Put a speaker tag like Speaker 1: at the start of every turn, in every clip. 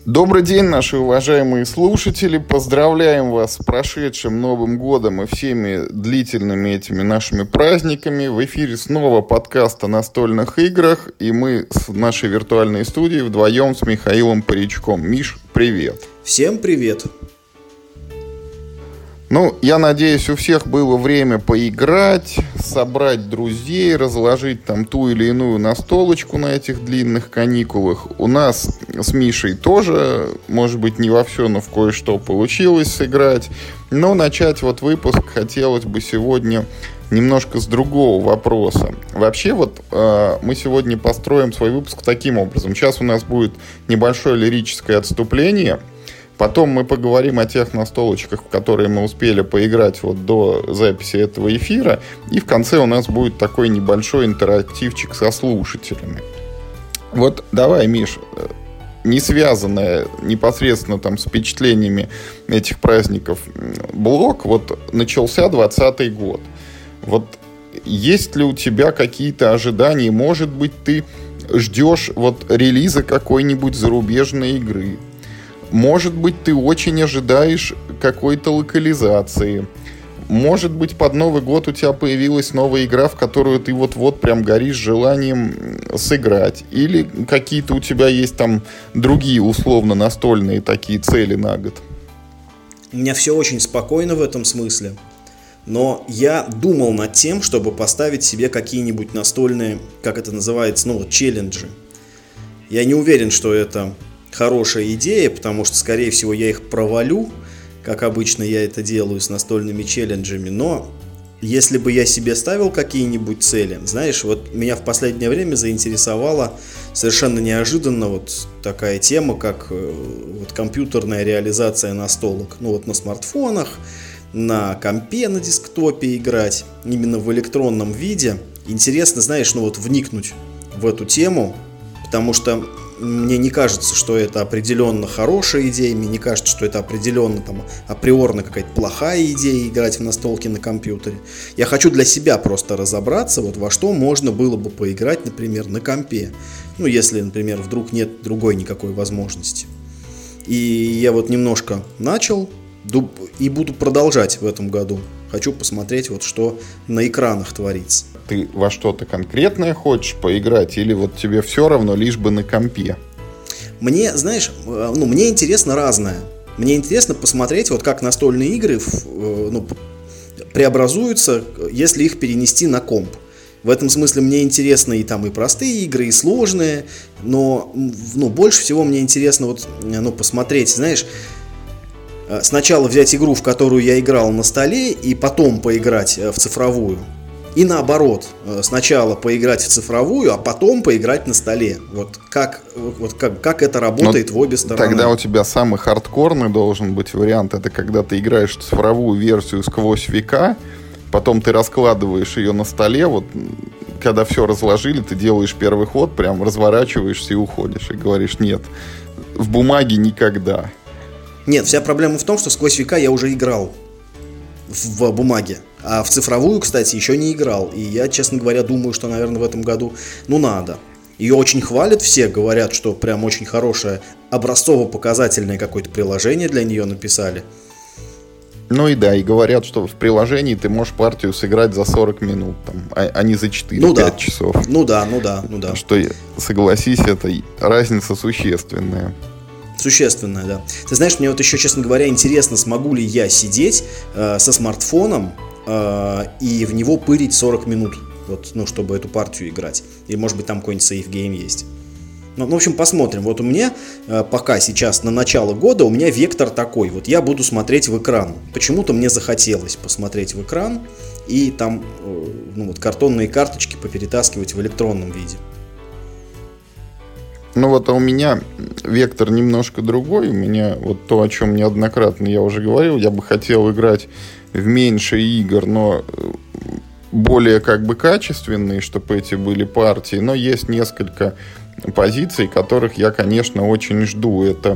Speaker 1: Добрый день, наши уважаемые слушатели. Поздравляем вас с прошедшим Новым годом и всеми длительными этими нашими праздниками. В эфире снова подкаст о настольных играх. И мы с нашей виртуальной студией вдвоем с Михаилом Паричком. Миш, привет.
Speaker 2: Всем привет.
Speaker 1: Я надеюсь, у всех было время поиграть, собрать друзей, разложить там ту или иную настолочку на этих длинных каникулах. У нас с Мишей тоже, может быть, не во все, но в кое-что получилось сыграть. Но начать выпуск хотелось бы сегодня немножко с другого вопроса. Вообще мы сегодня построим свой выпуск таким образом. Сейчас у нас будет небольшое лирическое отступление. Потом мы поговорим о тех настолочках, в которые мы успели поиграть до записи этого эфира. И в конце у нас будет такой небольшой интерактивчик со слушателями. Давай, Миш, не связанное непосредственно с впечатлениями этих праздников блок. Начался 2020 год. Есть ли у тебя какие-то ожидания? Может быть, ты ждешь релиза какой-нибудь зарубежной игры? Может быть, ты очень ожидаешь какой-то локализации. Может быть, под Новый год у тебя появилась новая игра, в которую ты прям горишь желанием сыграть. Или какие-то у тебя есть там другие условно настольные такие цели на год.
Speaker 2: У меня все очень спокойно в этом смысле. Но я думал над тем, чтобы поставить себе какие-нибудь настольные, как это называется, челленджи. Я не уверен, что это хорошая идея, потому что, скорее всего, я их провалю, как обычно я это делаю с настольными челленджами. Но если бы я себе ставил какие-нибудь цели, знаешь, меня в последнее время заинтересовала совершенно неожиданно такая тема, как компьютерная реализация настолок. На смартфонах, на компе, на десктопе играть, именно в электронном виде. Интересно, знаешь, вникнуть в эту тему, потому что мне не кажется, что это определенно хорошая идея, мне не кажется, что это определенно априорно какая-то плохая идея играть в настолки на компьютере. Я хочу для себя просто разобраться, во что можно было бы поиграть, например, на компе. Если, например, вдруг нет другой никакой возможности. И я немножко начал и буду продолжать в этом году. Хочу посмотреть, что на экранах творится.
Speaker 1: Ты во что-то конкретное хочешь поиграть или тебе все равно, лишь бы на компе?
Speaker 2: Мне, знаешь, мне интересно разное. Мне интересно посмотреть, как настольные игры преобразуются, если их перенести на комп. В этом смысле мне интересны и простые игры, и сложные, но больше всего мне интересно посмотреть, знаешь, сначала взять игру, в которую я играл на столе, и потом поиграть в цифровую. И наоборот, сначала поиграть в цифровую, а потом поиграть на столе. Как это работает в обе стороны.
Speaker 1: Тогда у тебя самый хардкорный должен быть вариант. Это когда ты играешь в цифровую версию сквозь века, потом ты раскладываешь ее на столе, когда все разложили, ты делаешь первый ход, прям разворачиваешься и уходишь. И говоришь, нет, в бумаге никогда.
Speaker 2: Нет, вся проблема в том, что сквозь века я уже играл в бумаге. А в цифровую, кстати, еще не играл. И я, честно говоря, думаю, что, наверное, в этом году, надо. Ее очень хвалят все, говорят, что прям очень хорошее образцово-показательное какое-то приложение для нее написали.
Speaker 1: И говорят, что в приложении ты можешь партию сыграть за 40 минут, а не за 4-5 часов.
Speaker 2: Да.
Speaker 1: Что, согласись, это разница существенная.
Speaker 2: Существенная, да. Ты знаешь, мне еще, честно говоря, интересно, смогу ли я сидеть со смартфоном и в него пырить 40 минут, чтобы эту партию играть. Или, может быть, там какой-нибудь сейф-гейм есть. В общем, посмотрим. У меня пока сейчас на начало года у меня вектор такой. Я буду смотреть в экран. Почему-то мне захотелось посмотреть в экран и там картонные карточки поперетаскивать в электронном виде.
Speaker 1: А у меня вектор немножко другой. У меня то, о чем неоднократно я уже говорил, я бы хотел играть в меньше игр, но более качественные, чтобы эти были партии. Но есть несколько позиций, которых я, конечно, очень жду. Это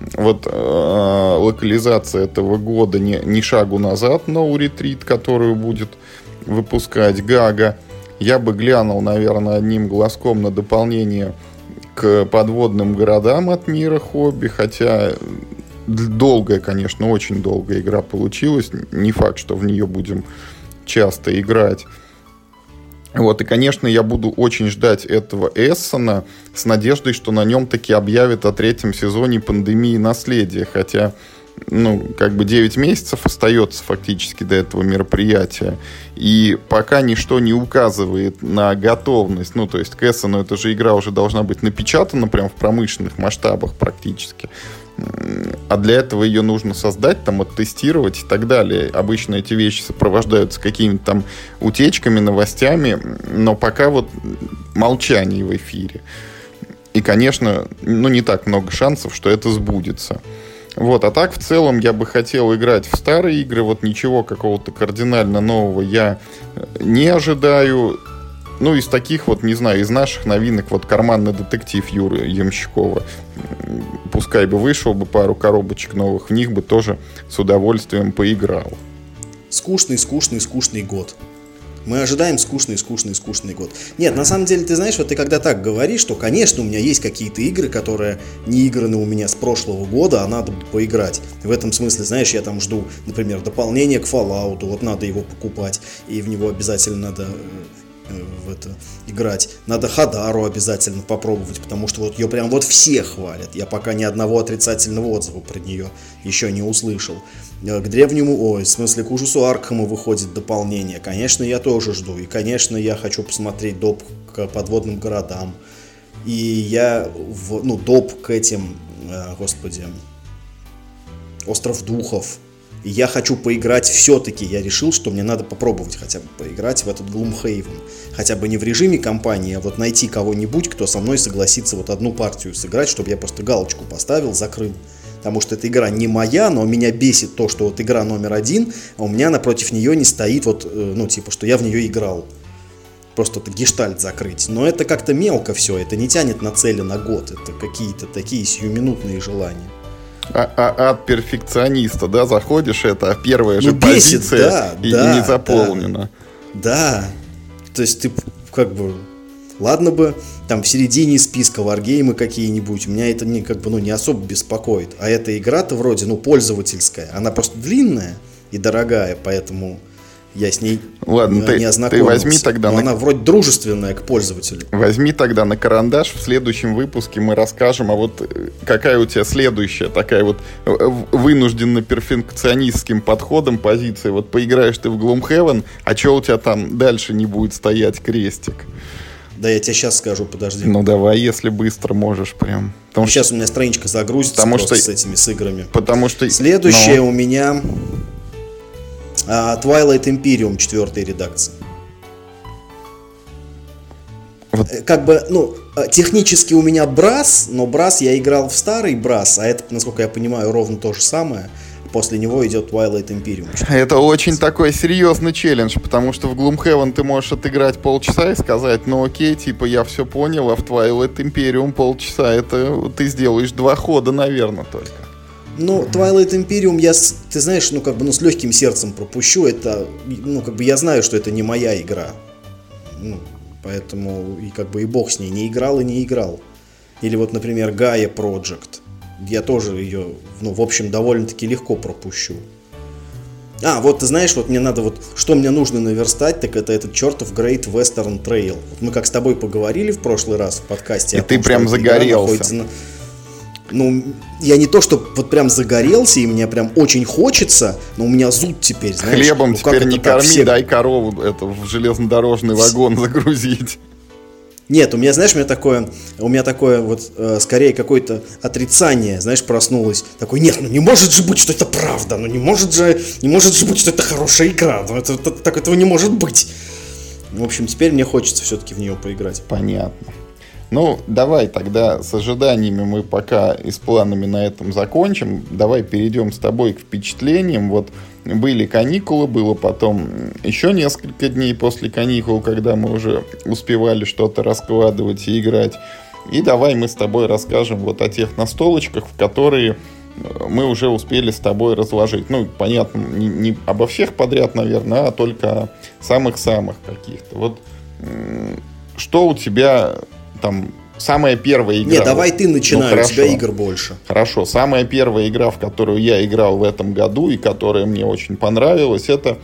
Speaker 1: локализация этого года «Ни шагу назад», No Retreat, которую будет выпускать Гага. Я бы глянул, наверное, одним глазком на дополнение к подводным городам от мира хобби, хотя долгая, конечно, очень долгая игра получилась. Не факт, что в нее будем часто играть. Вот, и, конечно, я буду очень ждать этого Эссена с надеждой, что на нем таки объявят о 3-м сезоне «Пандемии наследия». Хотя, 9 месяцев остается фактически до этого мероприятия. И пока ничто не указывает на готовность. То есть к Эссену эта же игра уже должна быть напечатана прям в промышленных масштабах практически. А для этого ее нужно создать, оттестировать и так далее. Обычно эти вещи сопровождаются какими-то там утечками, новостями, но пока молчание в эфире. И, конечно, не так много шансов, что это сбудется. А так, в целом, я бы хотел играть в старые игры. Ничего какого-то кардинально нового я не ожидаю. Из таких не знаю, из наших новинок, «Карманный детектив» Юры Ямщикова. Пускай бы вышел бы пару коробочек новых, в них бы тоже с удовольствием поиграл.
Speaker 2: Скучный год. Мы ожидаем скучный год. Нет, на самом деле, ты знаешь, ты когда так говоришь, что, конечно, у меня есть какие-то игры, которые не играны у меня с прошлого года, а надо бы поиграть. В этом смысле, знаешь, я жду, например, дополнение к Fallout, надо его покупать, и в него обязательно надо играть. Надо Хадару обязательно попробовать, потому что ее прям все хвалят. Я пока ни одного отрицательного отзыва про нее еще не услышал. К древнему, к ужасу Аркхема выходит дополнение. Конечно, я тоже жду. И, конечно, я хочу посмотреть доп к подводным городам. И я доп к этим, Остров Духов. И я хочу поиграть все-таки. Я решил, что мне надо попробовать хотя бы поиграть в этот Gloomhaven. Хотя бы не в режиме кампании, а найти кого-нибудь, кто со мной согласится одну партию сыграть, чтобы я просто галочку поставил, закрыл. Потому что эта игра не моя, но меня бесит то, что игра номер 1, а у меня напротив нее не стоит что я в нее играл. Просто гештальт закрыть. Но это как-то мелко все, это не тянет на цели на год. Это какие-то такие сиюминутные желания.
Speaker 1: От перфекциониста, да, заходишь, это первая же
Speaker 2: бесит,
Speaker 1: позиция и не заполнена.
Speaker 2: Да. То есть ты ладно бы в середине списка варгеймы какие-нибудь, меня это не особо беспокоит. А эта игра-то вроде, пользовательская, она просто длинная и дорогая, поэтому я с ней не ознакомился. Ты возьми тогда она вроде дружественная к пользователю.
Speaker 1: Возьми тогда на карандаш, в следующем выпуске мы расскажем, какая у тебя следующая такая вынужденно перфекционистским подходом позиция. Поиграешь ты в Gloomhaven, а что у тебя там дальше не будет стоять крестик?
Speaker 2: Да, я тебе сейчас скажу, подожди.
Speaker 1: Давай, если быстро можешь прям.
Speaker 2: Сейчас у меня страничка загрузится с играми.
Speaker 1: Потому что...
Speaker 2: Следующее у меня... Twilight Imperium 4-й редакции. Технически у меня Brass, но Brass я играл в старый Brass, а это, насколько я понимаю, ровно то же самое. После него идет Twilight Imperium.
Speaker 1: Это очень такой серьезный челлендж, потому что в Gloomhaven ты можешь отыграть полчаса и сказать, окей, я все понял, а в Twilight Imperium полчаса, это ты сделаешь 2 хода, наверное, только.
Speaker 2: Twilight Imperium ты знаешь, с легким сердцем пропущу. Это, я знаю, что это не моя игра. Поэтому, и бог с ней, не играл и не играл. Или например, Gaia Project. Я тоже ее, в общем, довольно-таки легко пропущу. Ты знаешь, мне надо, что мне нужно наверстать, так это этот чертов Great Western Trail. Мы как с тобой поговорили в прошлый раз в подкасте.
Speaker 1: И ты прям загорелся.
Speaker 2: Я не то, что прям загорелся, и мне прям очень хочется, но у меня зуд теперь, знаешь.
Speaker 1: Хлебом теперь не корми, дай корову в железнодорожный вагон загрузить.
Speaker 2: Нет, у меня, знаешь, у меня такое скорее какое-то отрицание, знаешь, проснулось. Такой, нет, не может же быть, что это правда, не может же быть, что это хорошая игра, так этого не может быть. В общем, теперь мне хочется все-таки в нее поиграть.
Speaker 1: Понятно. Давай тогда с ожиданиями мы пока и с планами на этом закончим. Давай перейдем с тобой к впечатлениям. Были каникулы, было потом еще несколько дней после каникул, когда мы уже успевали что-то раскладывать и играть. И давай мы с тобой расскажем о тех настолочках, в которые мы уже успели с тобой разложить. Понятно, не обо всех подряд, наверное, а только о самых-самых каких-то. Что у тебя... самая первая игра...
Speaker 2: Не, давай ты начинай, у тебя игр больше.
Speaker 1: Хорошо, самая первая игра, в которую я играл в этом году и которая мне очень понравилась, это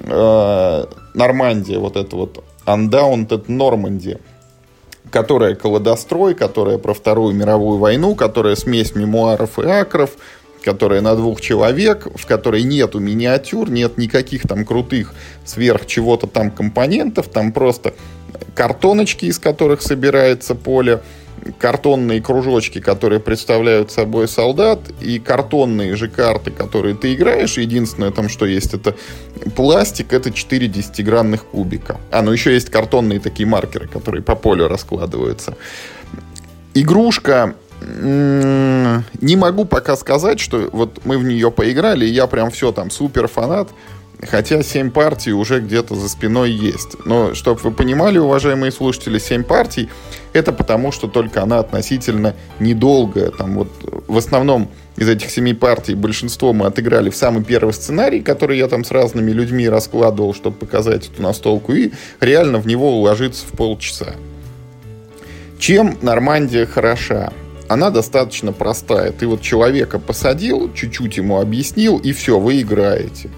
Speaker 1: Нормандия, вот это вот Undaunted Normandy, которая колодострой, которая про Вторую мировую войну, которая смесь мемуаров и акров, которая на 2 человек, в которой нету миниатюр, нет никаких там крутых сверх чего-то там компонентов, там просто картоночки, из которых собирается поле, картонные кружочки, которые представляют собой солдат, и картонные же карты, которые ты играешь. Единственное там, что есть, это пластик, это 4 10-гранных кубика. Ну еще есть картонные такие маркеры, которые по полю раскладываются. Игрушка... Не могу пока сказать, что вот мы в нее поиграли, и я прям все там супер фанат, хотя 7 партий уже где-то за спиной есть. Но, чтобы вы понимали, уважаемые слушатели, 7 партий это потому, что только она относительно недолгая. Там вот в основном из этих 7 партий большинство мы отыграли в самый первый сценарий, который я там с разными людьми раскладывал, чтобы показать эту настолку, и реально в него уложиться в полчаса. Чем Нормандия хороша? Она достаточно простая. Ты вот человека посадил, чуть-чуть ему объяснил, и все, вы играете.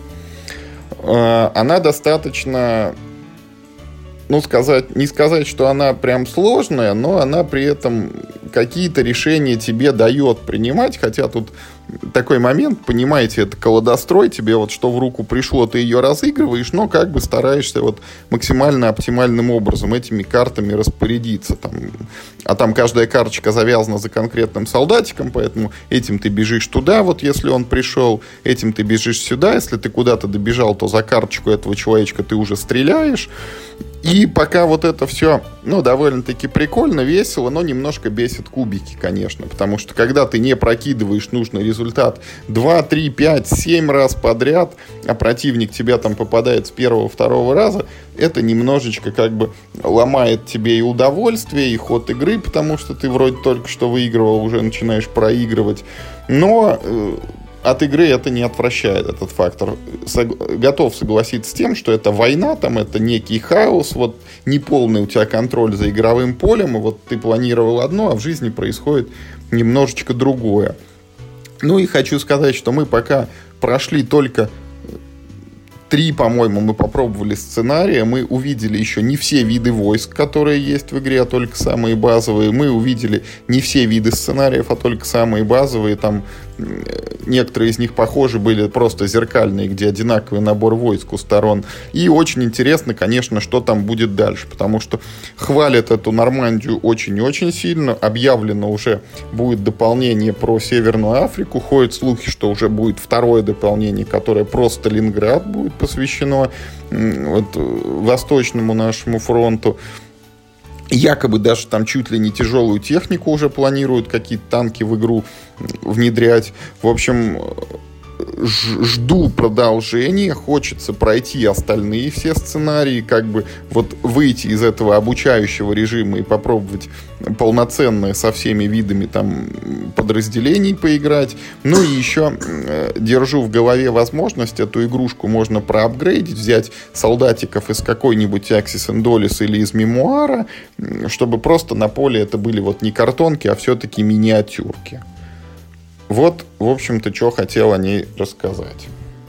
Speaker 1: Она достаточно, не сказать, что она прям сложная, но она при этом какие-то решения тебе дает принимать, хотя тут такой момент, понимаете, это колодострой, тебе вот что в руку пришло, ты ее разыгрываешь, но как бы стараешься вот максимально оптимальным образом этими картами распорядиться. Там каждая карточка завязана за конкретным солдатиком, поэтому этим ты бежишь туда, вот если он пришел, этим ты бежишь сюда, если ты куда-то добежал, то за карточку этого человечка ты уже стреляешь. И пока вот это все, довольно-таки прикольно, весело, но немножко бесит кубики, конечно. Потому что когда ты не прокидываешь нужный результат 2, 3, 5, 7 раз подряд, а противник тебя там попадает с 1-2 раза, это немножечко как бы ломает тебе и удовольствие, и ход игры, потому что ты вроде только что выигрывал, уже начинаешь проигрывать. Но... от игры это не отвращает, этот фактор. Готов согласиться с тем, что это война, там это некий хаос, вот неполный у тебя контроль за игровым полем, и вот ты планировал одно, а в жизни происходит немножечко другое. И хочу сказать, что мы пока прошли только 3, по-моему, мы попробовали сценария, мы увидели еще не все виды войск, которые есть в игре, а только самые базовые. Мы увидели не все виды сценариев, а только самые базовые. Там некоторые из них похожи были, просто зеркальные, где одинаковый набор войск у сторон. И очень интересно, конечно, что там будет дальше, потому что хвалят эту Нормандию очень и очень сильно. Объявлено уже будет дополнение про Северную Африку. Ходят слухи, что уже будет 2-е дополнение, которое про Сталинград будет посвящено восточному нашему фронту. Якобы даже там чуть ли не тяжелую технику уже планируют, какие-то танки в игру внедрять. В общем, жду продолжения, хочется пройти остальные все сценарии, как бы вот выйти из этого обучающего режима и попробовать полноценно со всеми видами там подразделений поиграть. И еще держу в голове возможность, эту игрушку можно проапгрейдить, взять солдатиков из какой-нибудь Axis and Dulles или из мемуара, чтобы просто на поле это были вот не картонки, а все-таки миниатюрки. Вот, в общем-то, что хотел о ней рассказать.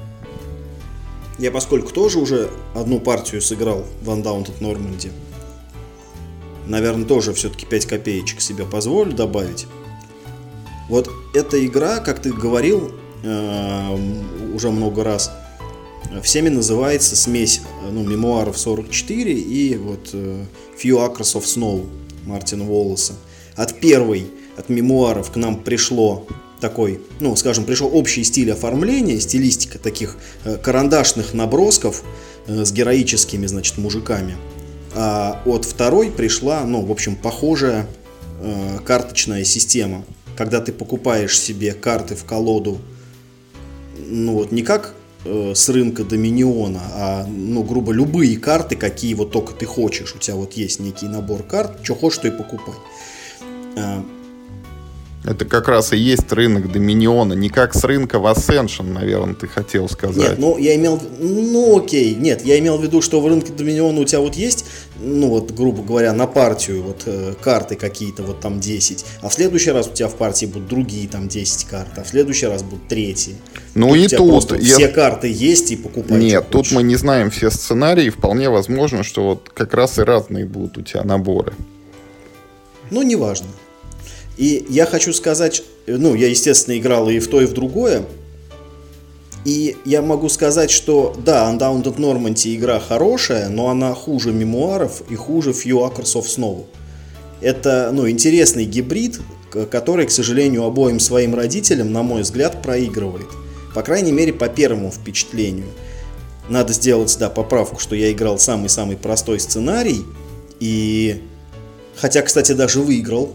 Speaker 2: Я, поскольку тоже уже одну партию сыграл в Undaunted Normandy, наверное, тоже все-таки 5 копеечек себе позволю добавить. Вот эта игра, как ты говорил уже много раз, всеми называется смесь мемуаров 44 и Few Acres of Snow Мартина Уоллеса. От мемуаров к нам пришло такой, пришел общий стиль оформления, стилистика таких карандашных набросков с героическими, мужиками. А от второй пришла, похожая карточная система. Когда ты покупаешь себе карты в колоду, не как с рынка Доминиона, а, грубо, любые карты, какие вот только ты хочешь. У тебя вот есть некий набор карт, что хочешь, то и покупай.
Speaker 1: Это как раз и есть рынок Доминиона, не как с рынка в Ascension, наверное, ты хотел сказать.
Speaker 2: Нет, я имел... окей, нет, я имел в виду, что в рынке Доминиона у тебя вот есть, грубо говоря, на партию карты какие-то, вот там 10, а в следующий раз у тебя в партии будут другие там 10 карт, а в следующий раз будут третьи.
Speaker 1: И тут...
Speaker 2: Все карты есть и покупай.
Speaker 1: Нет, тут мы не знаем все сценарии, вполне возможно, что вот как раз и разные будут у тебя наборы.
Speaker 2: Неважно. И я хочу сказать, я, естественно, играл и в то, и в другое. И я могу сказать, что, да, Undaunted Normandy игра хорошая, но она хуже мемуаров и хуже Few Acres of Snow. Это, интересный гибрид, который, к сожалению, обоим своим родителям, на мой взгляд, проигрывает. По крайней мере, по первому впечатлению. Надо сделать, поправку, что я играл самый-самый простой сценарий. И, хотя, кстати, даже выиграл,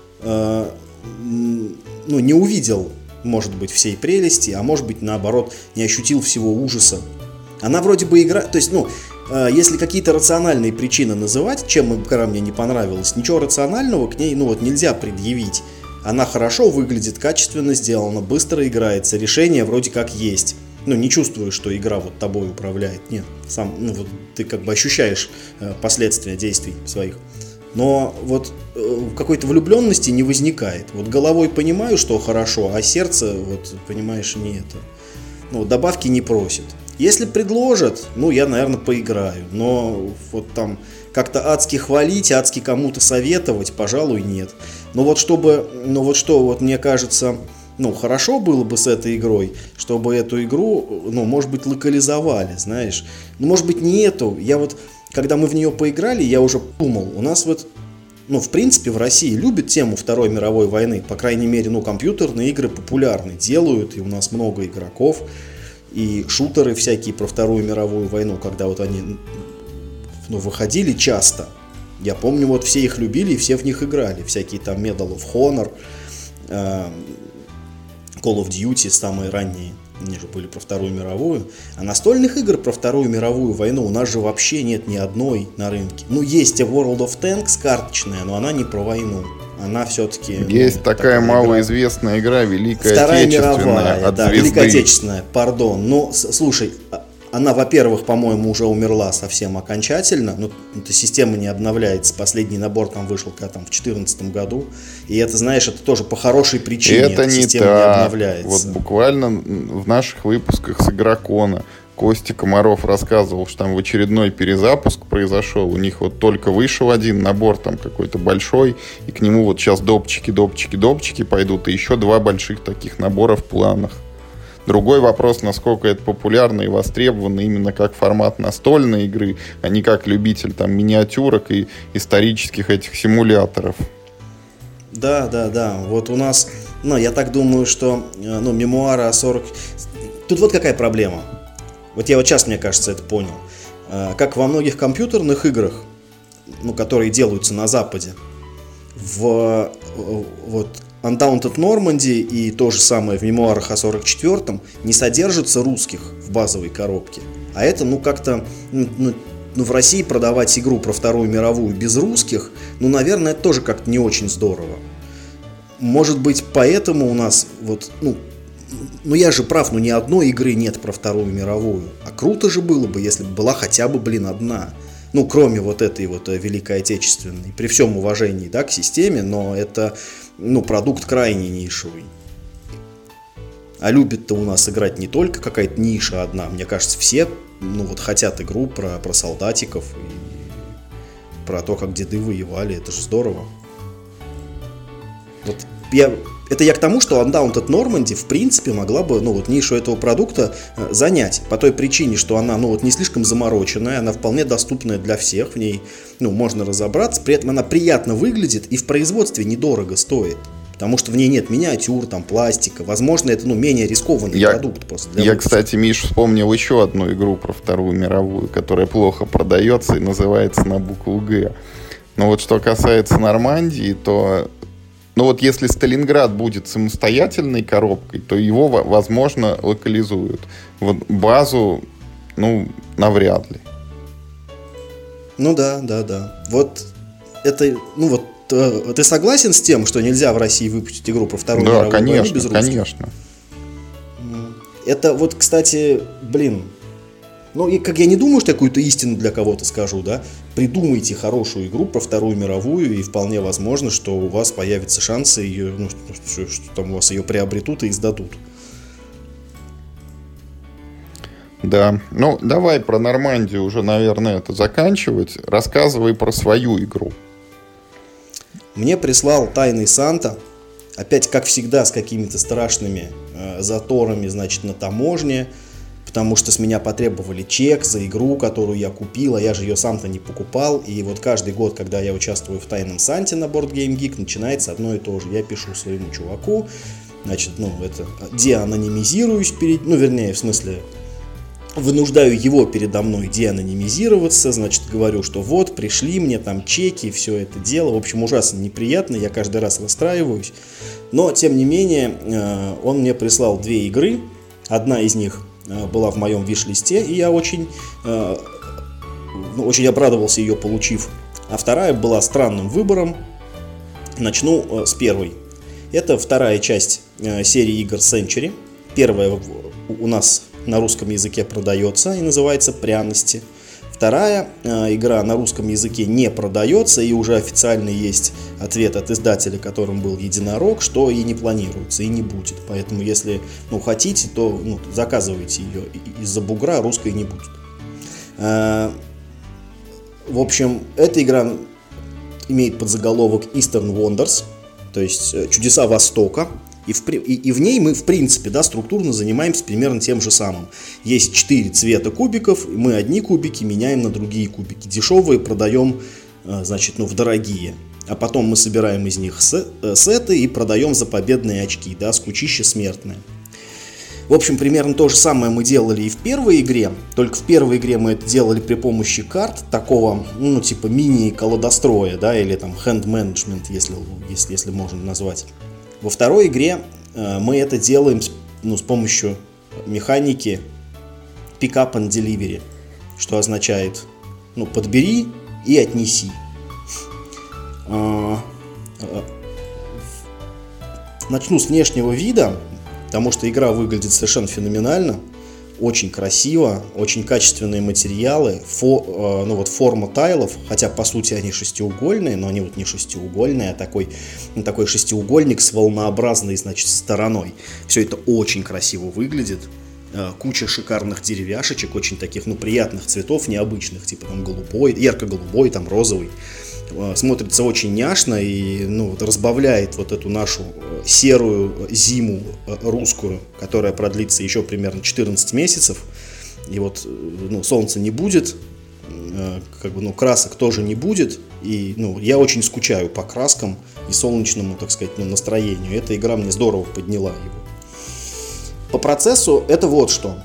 Speaker 2: не увидел, может быть, всей прелести, а может быть, наоборот, не ощутил всего ужаса. Она вроде бы игра... То есть, если какие-то рациональные причины называть, чем игра мне не понравилась, ничего рационального к ней, нельзя предъявить. Она хорошо выглядит, качественно сделана, быстро играется, решение вроде как есть. Не чувствую, что игра вот тобой управляет. Нет, сам, ты как бы ощущаешь последствия действий своих. Но вот какой-то влюбленности не возникает. Вот головой понимаю, что хорошо, а сердце, понимаешь, не это. Добавки не просит. Если предложат, я, наверное, поиграю. Но вот там как-то адски хвалить, адски кому-то советовать, пожалуй, нет. Мне кажется, хорошо было бы с этой игрой, чтобы эту игру, может быть, локализовали, знаешь. Может быть, не эту. Когда мы в нее поиграли, я уже думал, у нас в принципе, в России любят тему Второй мировой войны. По крайней мере, компьютерные игры популярны, делают, и у нас много игроков. И шутеры всякие про Вторую мировую войну, когда они выходили часто. Я помню, все их любили и все в них играли. Всякие там Medal of Honor, Call of Duty, самые ранние. Они же были про Вторую мировую. А настольных игр про Вторую мировую войну у нас же вообще нет ни одной на рынке. Есть World of Tanks карточная, но она не про войну. Она все-таки...
Speaker 1: Есть такая малоизвестная игра Великая
Speaker 2: Вторая
Speaker 1: Отечественная
Speaker 2: мировая,
Speaker 1: от Звезды.
Speaker 2: Великая Отечественная, пардон. Слушай, она, во-первых, по-моему, уже умерла совсем окончательно. Эта система не обновляется. Последний набор там вышел в 2014 году. И это, знаешь, это тоже по хорошей причине.
Speaker 1: Это
Speaker 2: эта
Speaker 1: не
Speaker 2: система не обновляется.
Speaker 1: Вот буквально в наших выпусках с Игрокона Костя Комаров рассказывал, что там в очередной перезапуск произошел. У них только вышел один набор там какой-то большой, и к нему сейчас допчики пойдут, и еще 2 больших таких набора в планах. Другой вопрос, насколько это популярно и востребовано именно как формат настольной игры, а не как любитель там миниатюрок и исторических этих симуляторов.
Speaker 2: Да. Вот у нас, я так думаю, что мемуары о 40... Тут какая проблема. Я сейчас, мне кажется, это понял. Как во многих компьютерных играх, которые делаются на Западе, в Undaunted Normandy и то же самое в мемуарах о 44-м не содержится русских в базовой коробке. А это, как-то, в России продавать игру про Вторую мировую без русских, наверное, это тоже как-то не очень здорово. Может быть, поэтому у нас я же прав, ни одной игры нет про Вторую мировую. А круто же было бы, если бы была хотя бы, одна. Кроме этой Великой Отечественной. При всем уважении, к системе, но это, продукт крайне нишевый. А любят-то у нас играть не только какая-то ниша одна. Мне кажется, все, хотят игру про солдатиков и про то, как деды воевали. Это же здорово. Это я к тому, что Undaunted Normandy в принципе могла бы нишу этого продукта занять. По той причине, что она не слишком замороченная, она вполне доступная для всех. В ней можно разобраться. При этом она приятно выглядит и в производстве недорого стоит. Потому что в ней нет миниатюр, пластика. Возможно, это менее рискованный продукт просто для выпуска.
Speaker 1: Кстати, Миш, вспомнил еще одну игру про Вторую мировую, которая плохо продается и называется на букву «Г». Но что касается Нормандии, то... если Сталинград будет самостоятельной коробкой, то его, возможно, локализуют. Базу, навряд ли.
Speaker 2: Да. Это, ты согласен с тем, что нельзя в России выпустить игру про Вторую мировую войну без русских?
Speaker 1: Да, конечно.
Speaker 2: Это вот, кстати, ну, и как я не думаю, что я какую-то истину для кого-то скажу, да, придумайте хорошую игру про Вторую мировую, и вполне возможно, что у вас появятся шансы ее, ну, что там у вас ее приобретут и издадут.
Speaker 1: Да, ну, давай про Нормандию уже, наверное, это заканчивать. Рассказывай про свою игру.
Speaker 2: Мне прислал Тайный Санта, опять, как всегда, с какими-то страшными заторами, значит, на таможне, потому что с меня потребовали чек за игру, которую я купил, а я же ее сам-то не покупал. И вот каждый год, когда я участвую в Тайном Санте на Board Game Geek, начинается одно и то же. Я пишу своему чуваку, значит, ну, это, деанонимизируюсь вернее, в смысле, вынуждаю его передо мной деанонимизироваться, значит, говорю, что вот, пришли мне там чеки, все это дело. В общем, ужасно неприятно, я каждый раз расстраиваюсь. Но, тем не менее, он мне прислал 2 игры. Одна из них была в моем виш-листе, и я очень обрадовался ее получив. А вторая была странным выбором. Начну с первой. Это вторая часть серии игр Century. Первая у нас на русском языке продается и называется «Пряности». Вторая игра на русском языке не продается, и уже официально есть ответ от издателя, которым был «Единорог», что и не планируется, и не будет. Поэтому, если хотите, то заказывайте ее. Из-за бугра русской не будет. В общем, эта игра имеет подзаголовок Eastern Wonders, то есть «Чудеса Востока». И в ней мы, в принципе, да, структурно занимаемся примерно тем же самым. Есть 4 цвета кубиков, и мы одни кубики меняем на другие кубики. Дешевые продаем, значит, в дорогие. А потом мы собираем из них сеты и продаем за победные очки, да, скучище смертное. В общем, примерно то же самое мы делали и в первой игре, только в первой игре мы это делали при помощи карт, такого, типа мини-колодостроя, да, или там hand-management, если можно назвать. Во второй игре мы это делаем с помощью механики pick up and delivery, что означает, подбери и отнеси. Начну с внешнего вида, потому что игра выглядит совершенно феноменально, очень красиво, очень качественные материалы, форма тайлов, хотя по сути они шестиугольные, но они не шестиугольные, а такой шестиугольник с волнообразной, значит, стороной. Все это очень красиво выглядит. Куча шикарных деревяшечек, очень таких, приятных цветов, необычных, типа там голубой, ярко-голубой, там розовый. Смотрится очень няшно и разбавляет вот эту нашу серую зиму русскую, которая продлится еще примерно 14 месяцев. И вот солнца не будет, красок тоже не будет. И я очень скучаю по краскам и солнечному, так сказать, настроению. Эта игра мне здорово подняла его. По процессу это вот что.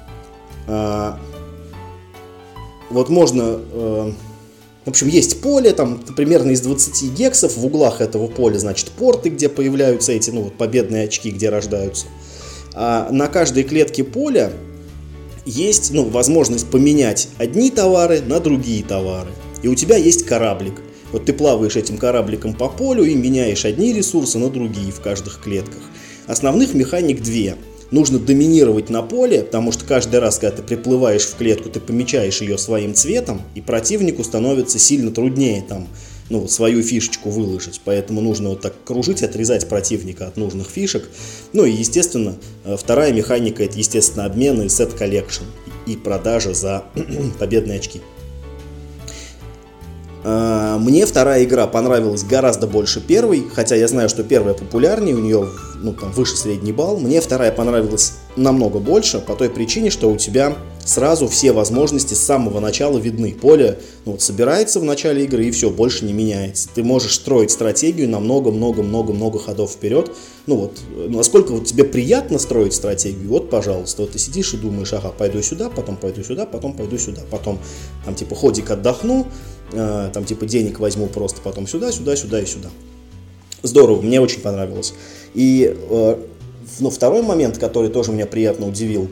Speaker 2: Вот можно... В общем, есть поле, там примерно из 20 гексов, в углах этого поля, значит, порты, где появляются эти, победные очки, где рождаются. А на каждой клетке поля есть, возможность поменять одни товары на другие товары. И у тебя есть кораблик. Вот ты плаваешь этим корабликом по полю и меняешь одни ресурсы на другие в каждых клетках. Основных механик 2. Нужно доминировать на поле, потому что каждый раз, когда ты приплываешь в клетку, ты помечаешь ее своим цветом, и противнику становится сильно труднее там, свою фишечку выложить. Поэтому нужно вот так кружить, отрезать противника от нужных фишек. И, естественно, вторая механика — это, естественно, обмены, сет коллекшн и продажа за победные очки. Мне вторая игра понравилась гораздо больше первой, хотя я знаю, что первая популярнее, у нее выше средний балл. Мне вторая понравилась намного больше по той причине, что у тебя сразу все возможности с самого начала видны. Поле собирается в начале игры и все, больше не меняется. Ты можешь строить стратегию на много-много-много-много ходов вперед. Насколько тебе приятно строить стратегию, вот, пожалуйста, вот ты сидишь и думаешь, ага, пойду сюда, потом пойду сюда, потом пойду сюда, потом там типа ходик отдохну, там типа денег возьму просто, потом сюда, сюда, сюда и сюда. Здорово, мне очень понравилось. И второй момент, который тоже меня приятно удивил,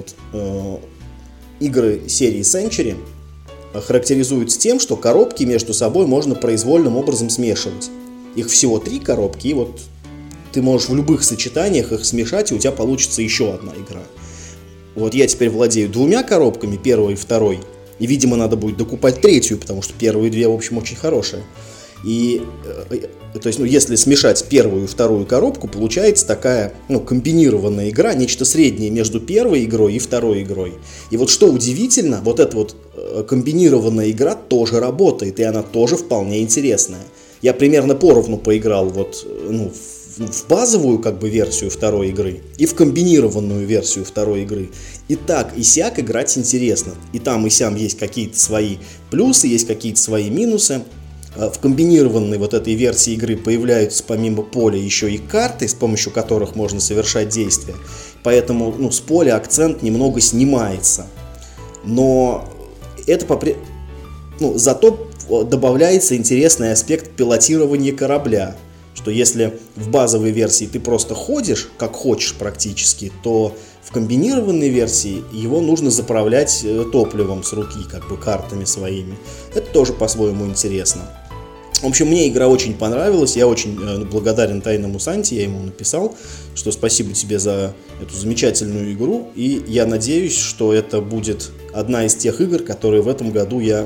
Speaker 2: игры серии Century характеризуются тем, что коробки между собой можно произвольным образом смешивать. Их всего 3 коробки, и вот ты можешь в любых сочетаниях их смешать, и у тебя получится еще одна игра. Вот я теперь владею 2 коробками, 1 и 2, и, видимо, надо будет докупать 3, потому что первые 2, в общем, очень хорошие. И, то есть, если смешать 1 и 2 коробку, получается такая, комбинированная игра, нечто среднее между первой игрой и 2 игрой. И вот что удивительно, вот эта вот комбинированная игра тоже работает, и она тоже вполне интересная. Я примерно поровну поиграл в базовую версию 2 игры и в комбинированную версию 2 игры. И так, и сяк играть интересно. И там, и сям есть какие-то свои плюсы, есть какие-то свои минусы. В комбинированной вот этой версии игры появляются помимо поля еще и карты, с помощью которых можно совершать действия. Поэтому с поля акцент немного снимается. Но это зато добавляется интересный аспект пилотирования корабля. Что если в базовой версии ты просто ходишь, как хочешь практически, то в комбинированной версии его нужно заправлять топливом с руки, картами своими. Это тоже по-своему интересно. В общем, мне игра очень понравилась, я очень благодарен Тайному Санте, я ему написал, что спасибо тебе за эту замечательную игру, и я надеюсь, что это будет одна из тех игр, которые в этом году я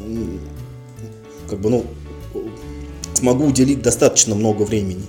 Speaker 2: смогу уделить достаточно много времени.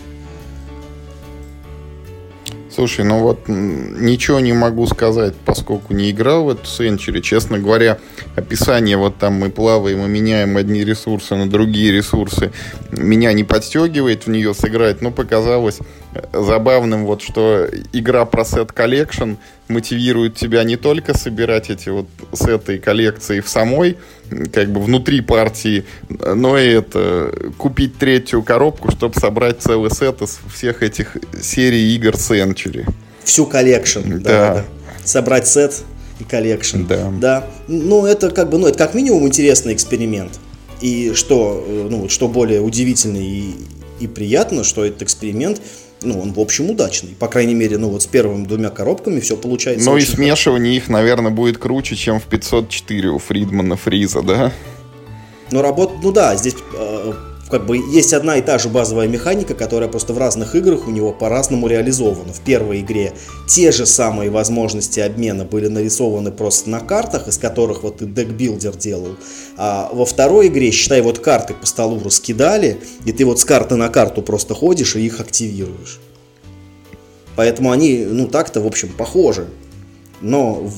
Speaker 1: Слушай, ничего не могу сказать, поскольку не играл в эту Century. Честно говоря, описание мы плаваем и меняем одни ресурсы на другие ресурсы, меня не подстегивает в нее сыграть, но показалось забавным, что игра про сет коллекшн мотивирует тебя не только собирать эти сеты и коллекции в самой, внутри партии, но и купить 3 коробку, чтобы собрать целый сет из всех этих серий игр Century.
Speaker 2: Всю коллекшн, да. Собрать сет и коллекшн. Да. Это это как минимум интересный эксперимент. И что более удивительно и приятно, что этот эксперимент, он, в общем, удачный. По крайней мере, с первыми 2 коробками все получается.
Speaker 1: И смешивание их, наверное, будет круче, чем в 504 у Фридмана Фриза, да?
Speaker 2: Здесь есть одна и та же базовая механика, которая просто в разных играх у него по-разному реализована. В первой игре те же самые возможности обмена были нарисованы просто на картах, из которых ты декбилдер делал. А во второй игре, считай, карты по столу раскидали, и ты с карты на карту просто ходишь и их активируешь. Поэтому они, так-то, в общем, похожи. Но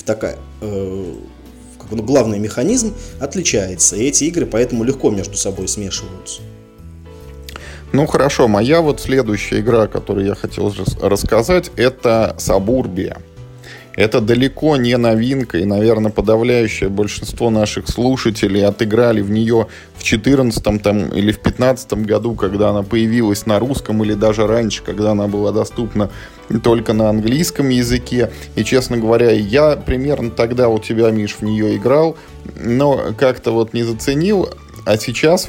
Speaker 2: главный механизм отличается, и эти игры поэтому легко между собой смешиваются.
Speaker 1: Хорошо, моя следующая игра, о которой я хотел рассказать, это Suburbia. Это далеко не новинка, и, наверное, подавляющее большинство наших слушателей отыграли в нее в 2014 или в 2015 году, когда она появилась на русском, или даже раньше, когда она была доступна только на английском языке. И, честно говоря, я примерно тогда у тебя, Миш, в нее играл, но как-то не заценил, а сейчас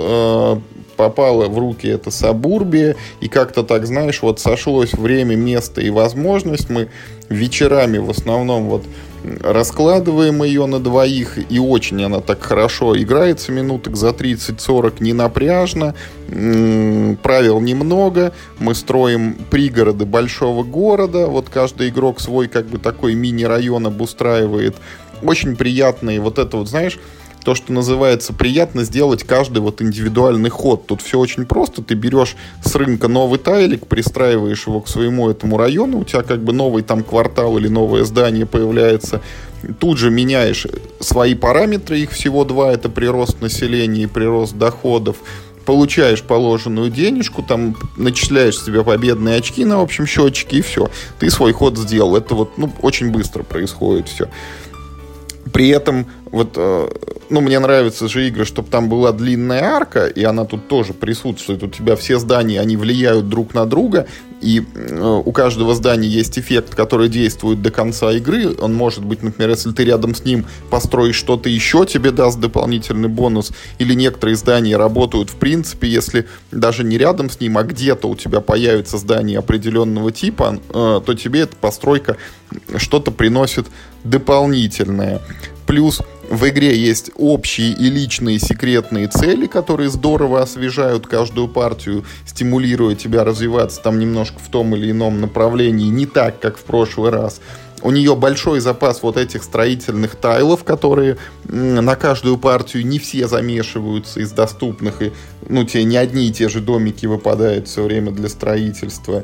Speaker 1: попала в руки эта Suburbia, и как-то так, знаешь, сошлось время, место и возможность. Мы вечерами в основном раскладываем ее на 2, и очень она так хорошо играется, минуток за 30-40, не напряжно, правил немного, мы строим пригороды большого города, каждый игрок свой такой мини-район обустраивает. Очень приятный знаешь, то, что называется, приятно сделать каждый индивидуальный ход. Тут все очень просто. Ты берешь с рынка новый тайлик, пристраиваешь его к своему этому району, у тебя новый квартал или новое здание появляется. Тут же меняешь свои параметры, их всего 2, это прирост населения и прирост доходов. Получаешь положенную денежку, начисляешь себе победные очки на общем счетчике, и все. Ты свой ход сделал. Это очень быстро происходит все. При этом мне нравятся же игры, чтобы там была длинная арка, и она тут тоже присутствует. У тебя все здания, они влияют друг на друга, и у каждого здания есть эффект, который действует до конца игры. Он может быть, например, если ты рядом с ним построишь что-то еще, тебе даст дополнительный бонус. Или некоторые здания работают в принципе, если даже не рядом с ним, а где-то у тебя появится здание определенного типа, то тебе эта постройка что-то приносит дополнительное. Плюс В игре есть общие и личные секретные цели, которые здорово освежают каждую партию, стимулируя тебя развиваться там немножко в том или ином направлении, не так, как в прошлый раз. У нее большой запас вот этих строительных тайлов, которые на каждую партию не все замешиваются из доступных, и тебе не одни и те же домики выпадают все время для строительства.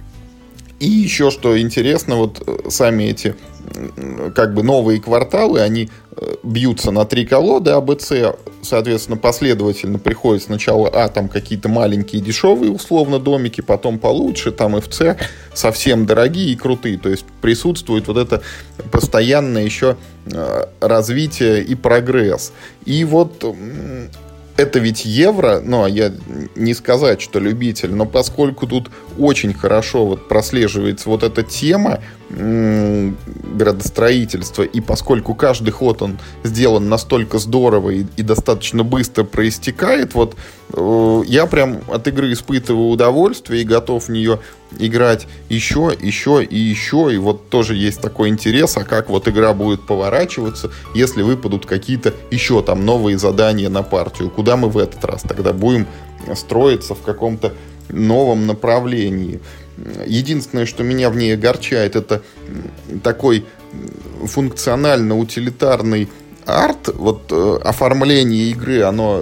Speaker 1: И еще что интересно, вот сами эти как бы новые кварталы, они бьются на 3 колоды А, Б, С, соответственно, последовательно приходят сначала А, там какие-то маленькие дешевые условно домики, потом получше, там и в С совсем дорогие и крутые, то есть присутствует вот это постоянное еще развитие и прогресс. И вот это ведь евро, я не сказать, что любитель, но поскольку тут очень хорошо вот прослеживается вот эта тема градостроительства, и поскольку каждый ход он сделан настолько здорово и достаточно быстро проистекает, вот я прям от игры испытываю удовольствие и готов в нее играть еще, и вот тоже есть такой интерес, а как вот игра будет поворачиваться, если выпадут какие-то еще там новые задания на партию, куда мы в этот раз тогда будем строиться в каком-то новом направлении. Единственное, что меня в ней огорчает, это такой функционально-утилитарный арт. Вот оформление игры, оно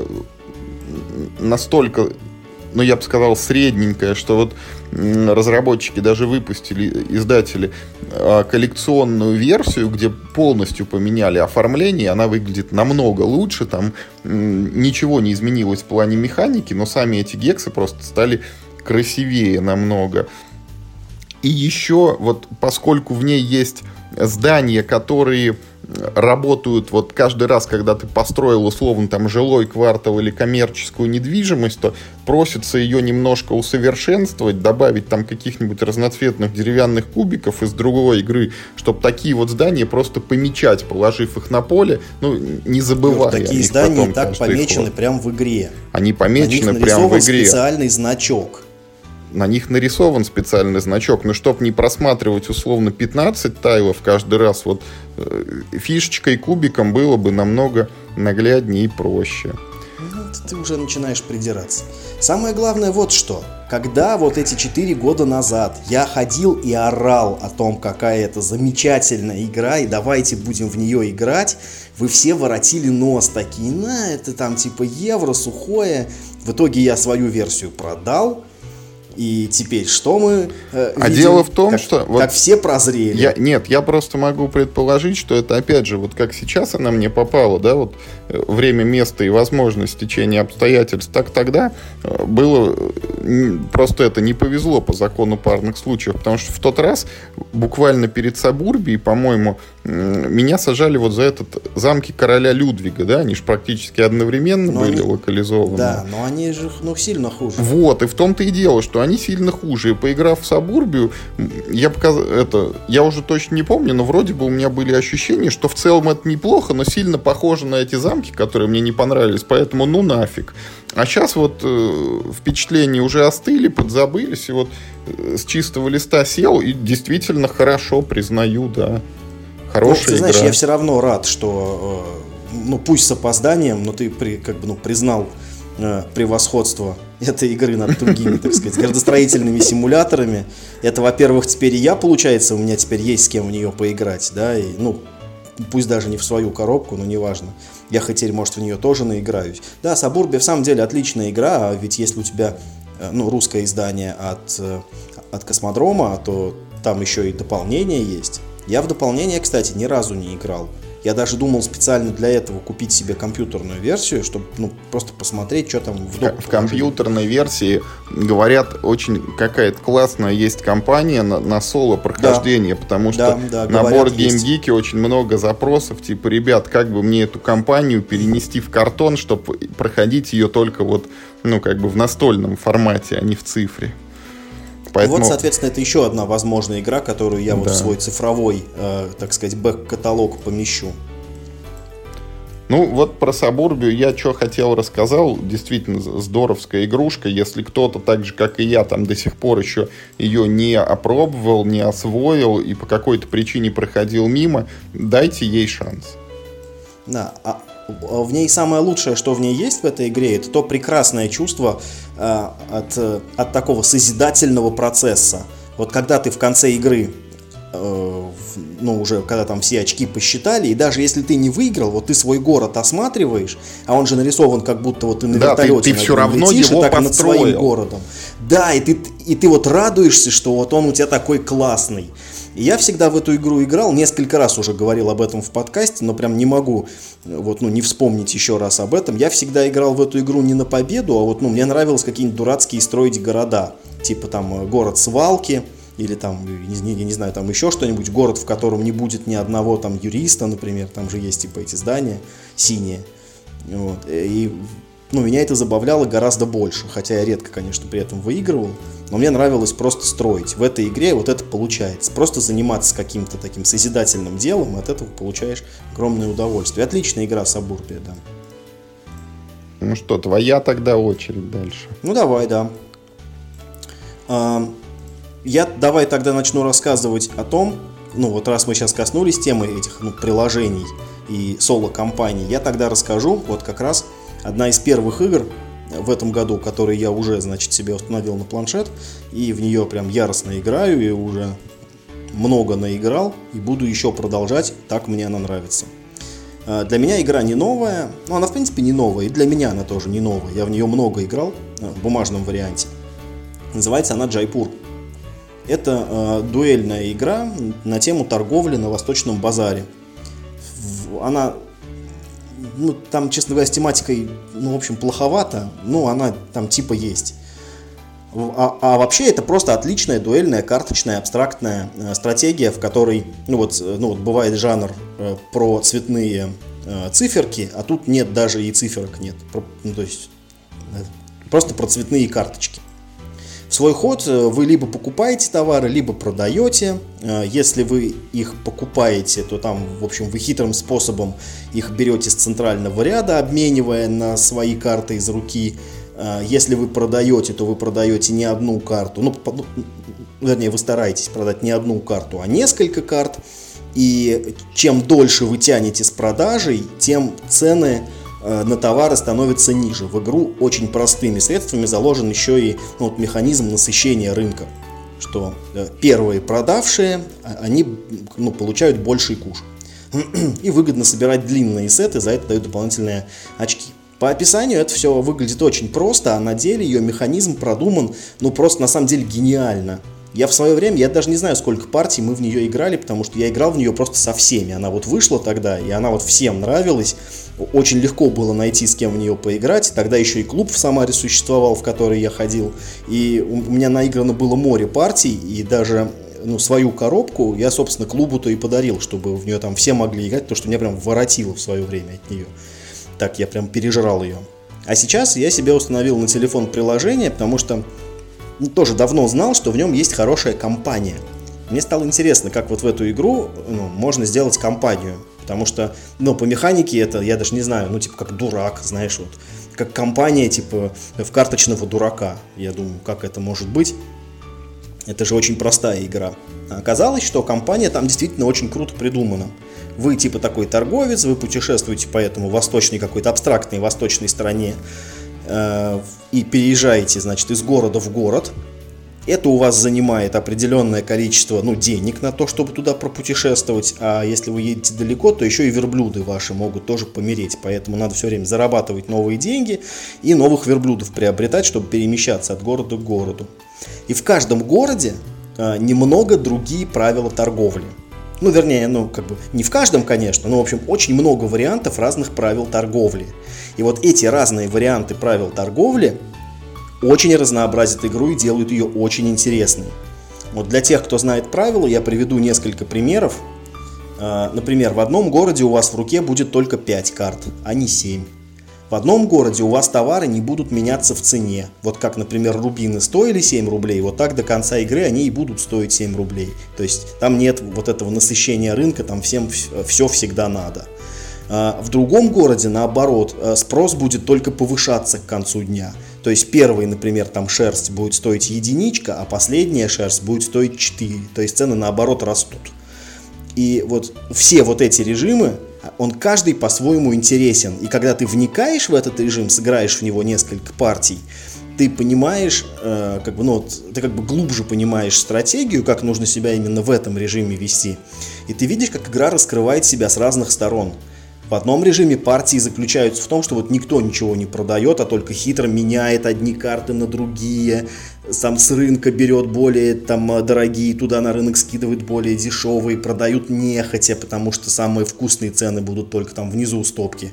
Speaker 1: настолько, я бы сказал, средненькое, что вот разработчики даже выпустили, издатели, коллекционную версию, где полностью поменяли оформление, она выглядит намного лучше, там ничего не изменилось в плане механики, но сами эти гексы просто стали красивее намного. И еще, вот поскольку в ней есть здания, которые работают вот каждый раз, когда ты построил условно там жилой квартал или коммерческую недвижимость, то просится ее немножко усовершенствовать, добавить там каких-нибудь разноцветных деревянных кубиков из другой игры, чтобы такие вот здания просто помечать, положив их на поле, не забывая.
Speaker 2: Такие здания так помечены прям в игре.
Speaker 1: Они помечены прям в игре.
Speaker 2: Специальный значок.
Speaker 1: На них нарисован специальный значок, но чтобы не просматривать условно 15 тайлов каждый раз, вот фишечкой и кубиком было бы намного нагляднее и проще.
Speaker 2: Ты уже начинаешь придираться. Самое главное вот что. Когда вот эти 4 года назад я ходил и орал о том, какая это замечательная игра, и давайте будем в нее играть, вы все воротили нос такие, это там типа евро, сухое. В итоге я свою версию продал. И теперь что мы видим?
Speaker 1: Дело в том, что...
Speaker 2: Как все прозрели.
Speaker 1: Я просто могу предположить, что это, опять же, вот как сейчас она мне попала, да, вот время, место и возможность стечения обстоятельств, так тогда было... Просто это не повезло по закону парных случаев, потому что в тот раз, буквально перед Сабурбией, по-моему, меня сажали вот за этот замки короля Людвига, да, они же практически одновременно были локализованы.
Speaker 2: Да, но они же, сильно хуже.
Speaker 1: Вот, и в том-то и дело, что они сильно хуже. И поиграв в Сабурбию, я уже точно не помню, но вроде бы у меня были ощущения, что в целом это неплохо, но сильно похоже на эти замки, которые мне не понравились, поэтому нафиг. А сейчас вот впечатления уже остыли, подзабылись, и вот с чистого листа сел, и действительно хорошо, признаю, да. Хорошая игра.
Speaker 2: Ты знаешь, я все равно рад, что, пусть с опозданием, но ты признал превосходство этой игры над другими, так сказать, градостроительными симуляторами. Это, во-первых, теперь и я, получается, у меня теперь есть с кем в нее поиграть, да, и, пусть даже не в свою коробку, но неважно. Я хоть теперь, может, в нее тоже наиграюсь. Да, Сабурбия в самом деле отличная игра, ведь если у тебя, русское издание от Космодрома, то там еще и дополнение есть. Я в дополнение, кстати, ни разу не играл. Я даже думал специально для этого купить себе компьютерную версию, чтобы просто посмотреть, что там
Speaker 1: в компьютерной версии, говорят, очень какая-то классная есть компания на соло-прохождение, потому что на Board Game Geek очень много запросов, типа, ребят, как бы мне эту компанию перенести в картон, чтобы проходить ее только в настольном формате, а не в цифре.
Speaker 2: Поэтому... Вот, соответственно, это еще одна возможная игра, которую я в свой цифровой, так сказать, бэк-каталог помещу.
Speaker 1: Вот про Сабурбию я что хотел рассказал. Действительно здоровская игрушка. Если кто-то так же, как и я, там до сих пор еще ее не опробовал, не освоил и по какой-то причине проходил мимо, дайте ей шанс.
Speaker 2: Да, в ней самое лучшее, что в ней есть в этой игре, это то прекрасное чувство от такого созидательного процесса. Вот когда ты в конце игры, уже когда там все очки посчитали, и даже если ты не выиграл, вот ты свой город осматриваешь, а он же нарисован как будто вот ты на вертолете
Speaker 1: ты все равно
Speaker 2: летишь,
Speaker 1: его
Speaker 2: и так над своим
Speaker 1: построил.
Speaker 2: городом. Да, и ты вот радуешься, что вот он у тебя такой классный. И я всегда в эту игру играл, несколько раз уже говорил об этом в подкасте, но прям не могу не вспомнить еще раз об этом. Я всегда играл в эту игру не на победу, а мне нравилось какие-нибудь дурацкие строить города. Типа там город свалки, или там, я не знаю, там еще что-нибудь, город, в котором не будет ни одного там юриста, например, там же есть типа эти здания синие. Вот. И меня это забавляло гораздо больше, хотя я редко, конечно, при этом выигрывал, но мне нравилось просто строить. В этой игре вот это получается. Просто заниматься каким-то таким созидательным делом, от этого получаешь огромное удовольствие. Отличная игра Сабурбия, да.
Speaker 1: Ну что, твоя тогда очередь дальше.
Speaker 2: Ну давай, да. Давай тогда начну рассказывать о том, раз мы сейчас коснулись темы этих приложений и соло-компаний, я тогда расскажу, вот как раз одна из первых игр в этом году, которую я уже, себе установил на планшет, и в нее прям яростно играю, и уже много наиграл, и буду еще продолжать, так мне она нравится. Для меня игра не новая, она в принципе не новая, и для меня она тоже не новая, я в нее много играл в бумажном варианте. Называется она Джайпур. Это дуэльная игра на тему торговли на Восточном базаре. Она, там, честно говоря, с тематикой, в общем, плоховато, но она там типа есть. А вообще это просто отличная дуэльная, карточная, абстрактная стратегия, в которой, бывает жанр про цветные циферки, а тут нет, даже и циферок нет. То есть просто про цветные карточки. В свой ход вы либо покупаете товары, либо продаете. Если вы их покупаете, то там, в общем, вы хитрым способом их берете с центрального ряда, обменивая на свои карты из руки. Если вы продаете, то вы продаете не одну карту, вернее, вы стараетесь продать не одну карту, а несколько карт. И чем дольше вы тянете с продажей, тем цены на товары становятся ниже. В игру очень простыми средствами заложен еще и механизм насыщения рынка, что первые продавшие, они получают больший куш. И выгодно собирать длинные сеты, за это дают дополнительные очки. По описанию это все выглядит очень просто, а на деле ее механизм продуман, просто на самом деле гениально. Я в свое время, я даже не знаю, сколько партий мы в нее играли, потому что я играл в нее просто со всеми. Она вышла тогда, и она всем нравилась. Очень легко было найти, с кем в нее поиграть. Тогда еще и клуб в Самаре существовал, в который я ходил. И у меня наиграно было море партий, и даже свою коробку я, собственно, клубу-то и подарил, чтобы в нее там все могли играть, потому что меня прям воротило в свое время от нее. Так, я прям пережрал ее. А сейчас я себе установил на телефон приложение, потому что тоже давно знал, что в нем есть хорошая кампания. Мне стало интересно, как в эту игру можно сделать кампанию. Потому что, по механике это, я даже не знаю, как дурак, знаешь, как кампания, в карточного дурака. Я думаю, как это может быть? Это же очень простая игра. А оказалось, что кампания там действительно очень круто придумана. Вы такой торговец, вы путешествуете по этому восточной, какой-то абстрактной восточной стране и переезжаете, из города в город. Это у вас занимает определенное количество денег на то, чтобы туда пропутешествовать. А если вы едете далеко, то еще и верблюды ваши могут тоже помереть. Поэтому надо все время зарабатывать новые деньги и новых верблюдов приобретать, чтобы перемещаться от города к городу. И в каждом городе немного другие правила торговли. Вернее, не в каждом, конечно, но, в общем, очень много вариантов разных правил торговли. И эти разные варианты правил торговли очень разнообразят игру и делают ее очень интересной. Для тех, кто знает правила, я приведу несколько примеров. Например, в одном городе у вас в руке будет только 5 карт, а не 7. В одном городе у вас товары не будут меняться в цене. Как, например, рубины стоили 7 рублей, так до конца игры они и будут стоить 7 рублей. То есть там нет этого насыщения рынка, там всем все всегда надо. В другом городе, наоборот, спрос будет только повышаться к концу дня. То есть первый, например, там шерсть будет стоить 1, а последняя шерсть будет стоить 4. То есть цены, наоборот, растут. И все эти режимы, Он каждый по-своему интересен. И когда ты вникаешь в этот режим, сыграешь в него несколько партий, ты понимаешь, ты глубже понимаешь стратегию, как нужно себя именно в этом режиме вести. И ты видишь, как игра раскрывает себя с разных сторон. В одном режиме партии заключаются в том, что вот никто ничего не продает, а только хитро меняет одни карты на другие, сам с рынка берет более дорогие, туда на рынок скидывает более дешевые, продают нехотя, потому что самые вкусные цены будут только там внизу стопки.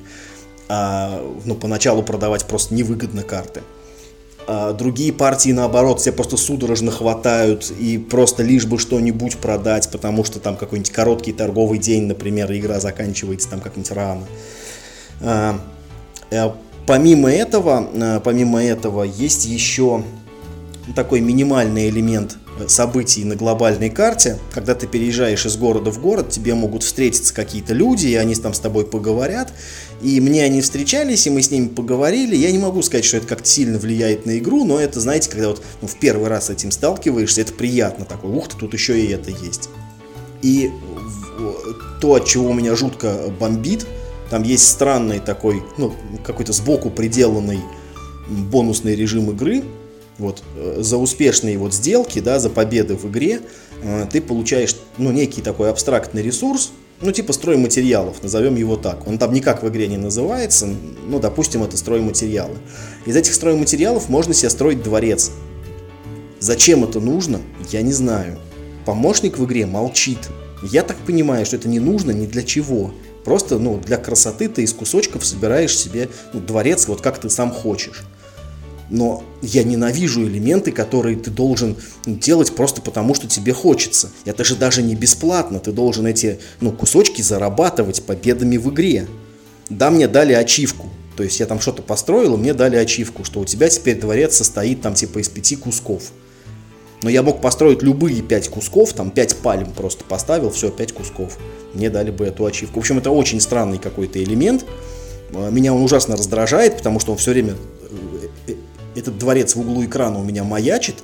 Speaker 2: Поначалу продавать просто невыгодно карты. Другие партии, наоборот, все просто судорожно хватают и просто лишь бы что-нибудь продать, потому что там какой-нибудь короткий торговый день, например, игра заканчивается там как-нибудь рано. Помимо этого есть еще такой минимальный элемент событий на глобальной карте. Когда ты переезжаешь из города в город, тебе могут встретиться какие-то люди, и они там с тобой поговорят. И мне они встречались, и мы с ними поговорили. Я не могу сказать, что это как-то сильно влияет на игру, но это, знаете, когда в первый раз с этим сталкиваешься, это приятно такое. Ух ты, тут еще и это есть. И то, от чего меня жутко бомбит, там есть странный такой, какой-то сбоку приделанный бонусный режим игры. За успешные сделки, за победы в игре ты получаешь некий такой абстрактный ресурс, типа стройматериалов, назовем его так. Он там никак в игре не называется, допустим, это стройматериалы. Из этих стройматериалов можно себе строить дворец. Зачем это нужно, я не знаю. Помощник в игре молчит. Я так понимаю, что это не нужно ни для чего. Просто для красоты ты из кусочков собираешь себе дворец, как ты сам хочешь. Но я ненавижу элементы, которые ты должен делать просто потому, что тебе хочется. Это же даже не бесплатно. Ты должен эти кусочки зарабатывать победами в игре. Да, мне дали ачивку. То есть я там что-то построил, и мне дали ачивку, что у тебя теперь дворец состоит из 5 кусков. Но я мог построить любые 5 кусков, 5 пальм просто поставил, все, 5 кусков. Мне дали бы эту ачивку. В общем, это очень странный какой-то элемент. Меня он ужасно раздражает, потому что он все время... Этот дворец в углу экрана у меня маячит.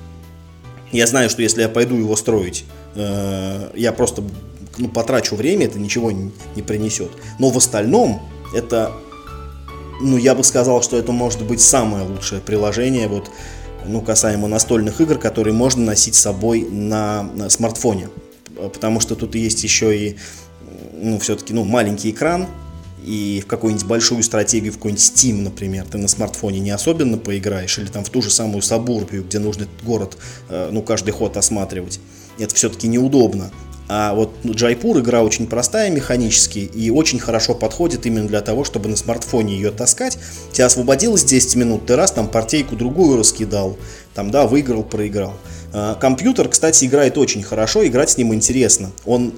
Speaker 2: Я знаю, что если я пойду его строить, я просто потрачу время, это ничего не принесет. Но в остальном это, я бы сказал, что это может быть самое лучшее приложение, касаемо настольных игр, которые можно носить с собой на смартфоне. Потому что тут есть еще и, все-таки, маленький экран. И в какую-нибудь большую стратегию, в какой-нибудь Steam, например, ты на смартфоне не особенно поиграешь, или в ту же самую Сабурбию, где нужно город, каждый ход осматривать. Это все-таки неудобно. А Джайпур игра очень простая механически и очень хорошо подходит именно для того, чтобы на смартфоне ее таскать. Тебя освободилось 10 минут, ты раз партейку другую раскидал, выиграл, проиграл. Компьютер, кстати, играет очень хорошо, играть с ним интересно.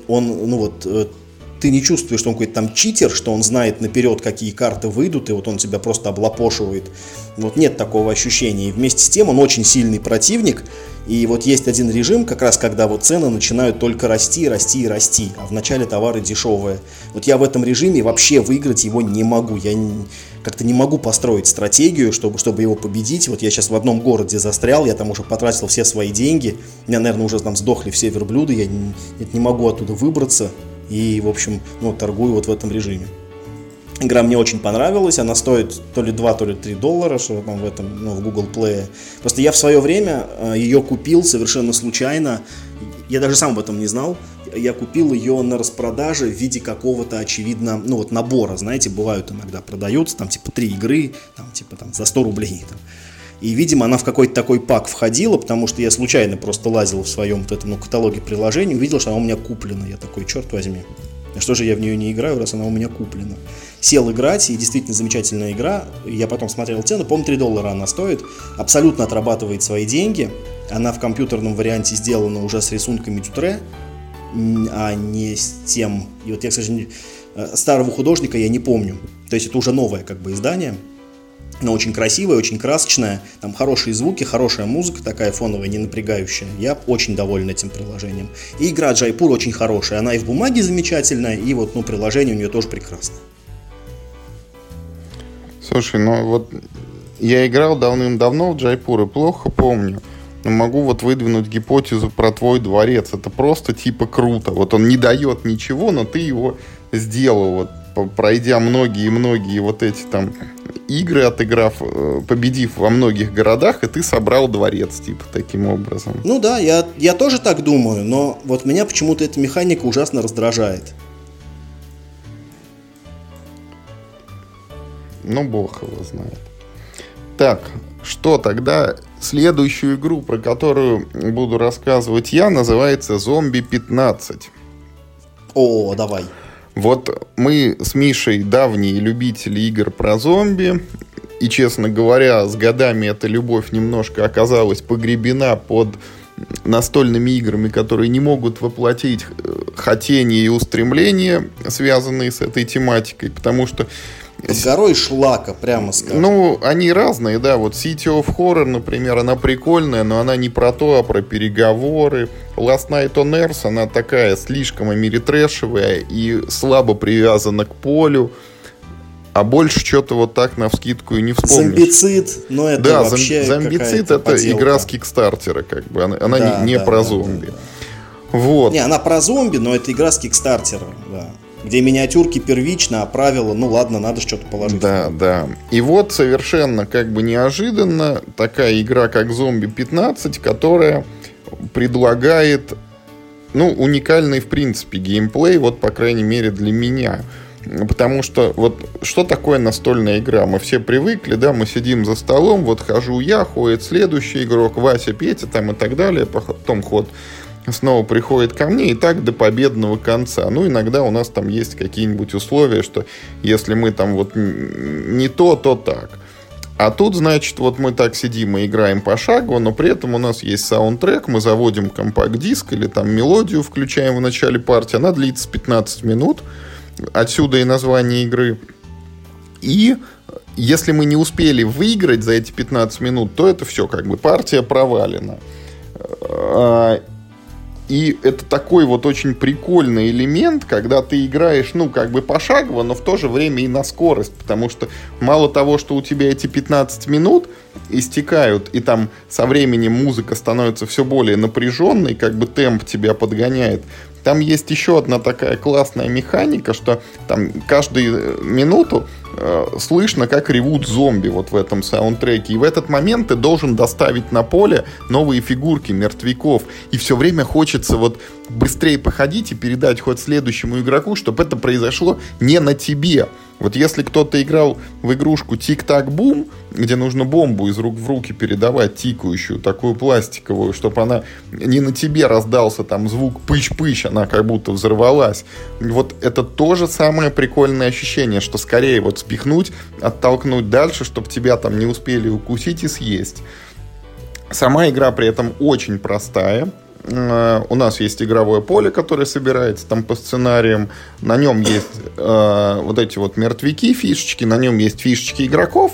Speaker 2: Ты не чувствуешь, что он какой-то читер, что он знает наперед, какие карты выйдут, и он тебя просто облапошивает. Нет такого ощущения. И вместе с тем он очень сильный противник. И есть один режим, как раз когда цены начинают только расти, расти и расти, а вначале товары дешевые. Я в этом режиме вообще выиграть его не могу. Я как-то не могу построить стратегию, чтобы его победить. Я сейчас в одном городе застрял, я там уже потратил все свои деньги. У меня, наверное, уже сдохли все верблюды, я не могу оттуда выбраться. И, в общем, торгую в этом режиме. Игра мне очень понравилась, она стоит то ли 2, то ли 3 доллара, что там в этом, в Google Play. Просто я в свое время ее купил совершенно случайно, я даже сам об этом не знал. Я купил ее на распродаже в виде какого-то, очевидно, набора, знаете, бывают иногда продаются, 3 игры, за 100 рублей. И, видимо, она в какой-то такой пак входила, потому что я случайно просто лазил в своем каталоге приложений, увидел, что она у меня куплена. Я такой, черт возьми, что же я в нее не играю, раз она у меня куплена. Сел играть, и действительно замечательная игра. Я потом смотрел цену, по-моему, 3 доллара она стоит. Абсолютно отрабатывает свои деньги. Она в компьютерном варианте сделана уже с рисунками Дютре, а не с тем... И я, к сожалению, старого художника я не помню. То есть это уже новое издание. Она очень красивая, очень красочная, там хорошие звуки, хорошая музыка такая фоновая, не напрягающая. Я очень доволен этим приложением. И игра Джайпур очень хорошая, она и в бумаге замечательная, и приложение у нее тоже прекрасное.
Speaker 1: Слушай, я играл давным-давно в Джайпур и плохо помню. Но могу выдвинуть гипотезу про твой дворец. Это просто круто. Он не дает ничего, но ты его сделал, вот, пройдя многие вот эти там игры, отыграв, победив во многих городах, и ты собрал дворец, типа, таким образом.
Speaker 2: Ну да, я тоже так думаю, но вот меня почему-то эта механика ужасно раздражает.
Speaker 1: Ну, бог его знает. Так, что тогда? Следующую игру, про которую буду рассказывать я, называется «Зомби 15».
Speaker 2: О, давай.
Speaker 1: Вот мы с Мишей давние любители игр про зомби. И, честно говоря, с годами эта любовь немножко оказалась погребена под настольными играми, которые не могут воплотить хотения и устремления, связанные с этой тематикой. Потому что...
Speaker 2: С горой шлака, прямо скажем.
Speaker 1: Ну, они разные, да. Вот City of Horror, например, она прикольная, но она не про то, а про переговоры. Last Night on Earth, она такая слишком америтрэшевая и слабо привязана к полю. А больше что-то вот так навскидку и не вспомнишь.
Speaker 2: Зомбицид, но это
Speaker 1: да,
Speaker 2: вообще
Speaker 1: Зомбицид это
Speaker 2: поделка.
Speaker 1: Игра с Кикстартера, как бы. Она
Speaker 2: да,
Speaker 1: не
Speaker 2: да,
Speaker 1: про
Speaker 2: да,
Speaker 1: зомби.
Speaker 2: Да, да.
Speaker 1: Вот.
Speaker 2: Не, она про зомби, но это игра с Кикстартера, да. Где миниатюрки первично, а правила, ну ладно, надо что-то положить.
Speaker 1: Да, да. И вот совершенно как бы неожиданно такая игра, как «Зомби 15», которая предлагает, ну, уникальный, в принципе, геймплей, вот, по крайней мере, для меня. Потому что, вот, что такое настольная игра? Мы все привыкли, да, мы сидим за столом, вот хожу я, ходит следующий игрок, Вася, Петя, там и так далее, потом ход снова приходит ко мне, и так до победного конца. Ну, иногда у нас там есть какие-нибудь условия, что если мы там вот не то, то так. А тут, значит, вот мы так сидим и играем пошагово, но при этом у нас есть саундтрек, мы заводим компакт-диск или там мелодию включаем в начале партии, она длится 15 минут, отсюда и название игры. И если мы не успели выиграть за эти 15 минут, то это все, как бы партия провалена. И это такой вот очень прикольный элемент, когда ты играешь, ну, как бы пошагово, но в то же время и на скорость. Потому что мало того, что у тебя эти 15 минут истекают, и там со временем музыка становится все более напряженной, как бы темп тебя подгоняет. Там есть еще одна такая классная механика, что там каждую минуту слышно, как ревут зомби вот в этом саундтреке. И в этот момент ты должен доставить на поле новые фигурки мертвяков. И все время хочется вот быстрее походить и передать хоть следующему игроку, чтобы это произошло не на тебе. Вот если кто-то играл в игрушку Тик-Так-Бум, где нужно бомбу из рук в руки передавать, тикающую, такую пластиковую, чтобы она не на тебе раздался там звук пыщ-пыщ, она как будто взорвалась. Вот это тоже самое прикольное ощущение, что скорее вот спихнуть, оттолкнуть дальше, чтобы тебя там не успели укусить и съесть. Сама игра при этом очень простая. У нас есть игровое поле, которое собирается там по сценариям. На нем есть вот эти вот мертвяки, фишечки. На нем есть фишечки игроков.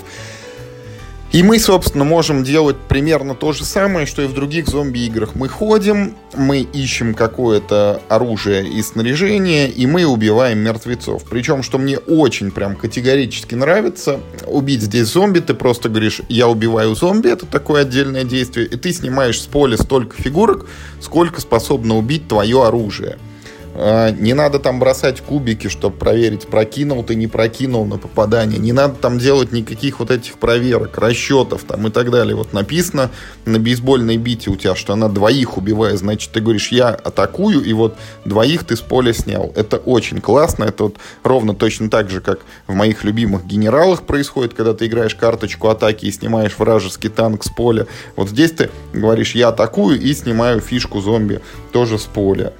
Speaker 1: И мы, собственно, можем делать примерно то же самое, что и в других зомби-играх. Мы ходим, мы ищем какое-то оружие и снаряжение, и мы убиваем мертвецов. Причем, что мне очень прям категорически нравится, убить здесь зомби, ты просто говоришь, я убиваю зомби, это такое отдельное действие, и ты снимаешь с поля столько фигурок, сколько способно убить твое оружие. Не надо там бросать кубики, чтобы проверить, прокинул ты, не прокинул на попадание. Не надо там делать никаких вот этих проверок, расчетов там и так далее. Вот написано на бейсбольной бите у тебя, что она двоих убивает. Значит, ты говоришь, я атакую, и вот двоих ты с поля снял. Это очень классно. Это вот ровно точно так же, как в моих любимых генералах происходит, когда ты играешь карточку атаки и снимаешь вражеский танк с поля. Вот здесь ты говоришь, я атакую и снимаю фишку зомби тоже с поля.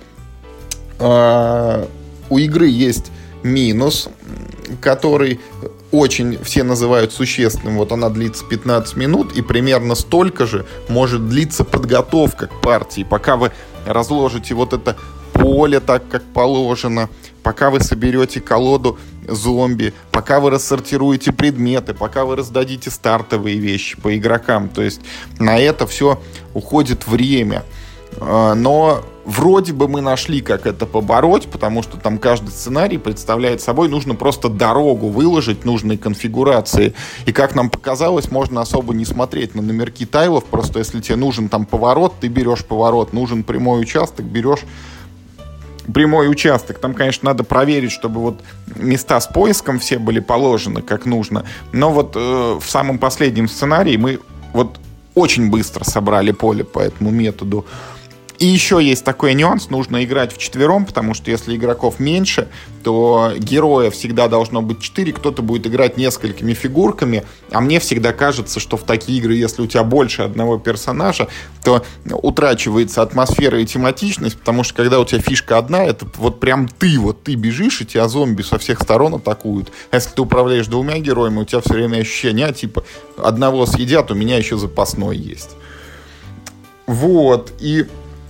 Speaker 1: У игры есть минус, который очень все называют существенным. Вот она длится 15 минут, и примерно столько же может длиться подготовка к партии. Пока вы разложите вот это поле так, как положено, пока вы соберете колоду зомби, пока вы рассортируете предметы, пока вы раздадите стартовые вещи по игрокам. То есть на это все уходит время. Но вроде бы мы нашли, как это побороть, потому что там каждый сценарий представляет собой, нужно просто дорогу выложить нужной конфигурации. И как нам показалось, можно особо не смотреть на номерки тайлов, просто если тебе нужен там поворот, ты берешь поворот, нужен прямой участок, берешь прямой участок. Там, конечно, надо проверить, чтобы вот места с поиском все были положены как нужно. Но вот в самом последнем сценарии мы вот очень быстро собрали поле по этому методу. И еще есть такой нюанс, нужно играть вчетвером, потому что если игроков меньше, то героя всегда должно быть 4, кто-то будет играть несколькими фигурками, а мне всегда кажется, что в такие игры, если у тебя больше одного персонажа, то утрачивается атмосфера и тематичность, потому что когда у тебя фишка одна, это вот прям ты бежишь, и тебя зомби со всех сторон атакуют. А если ты управляешь двумя героями, у тебя все время ощущение, типа, одного съедят, у меня еще запасной есть. Вот, и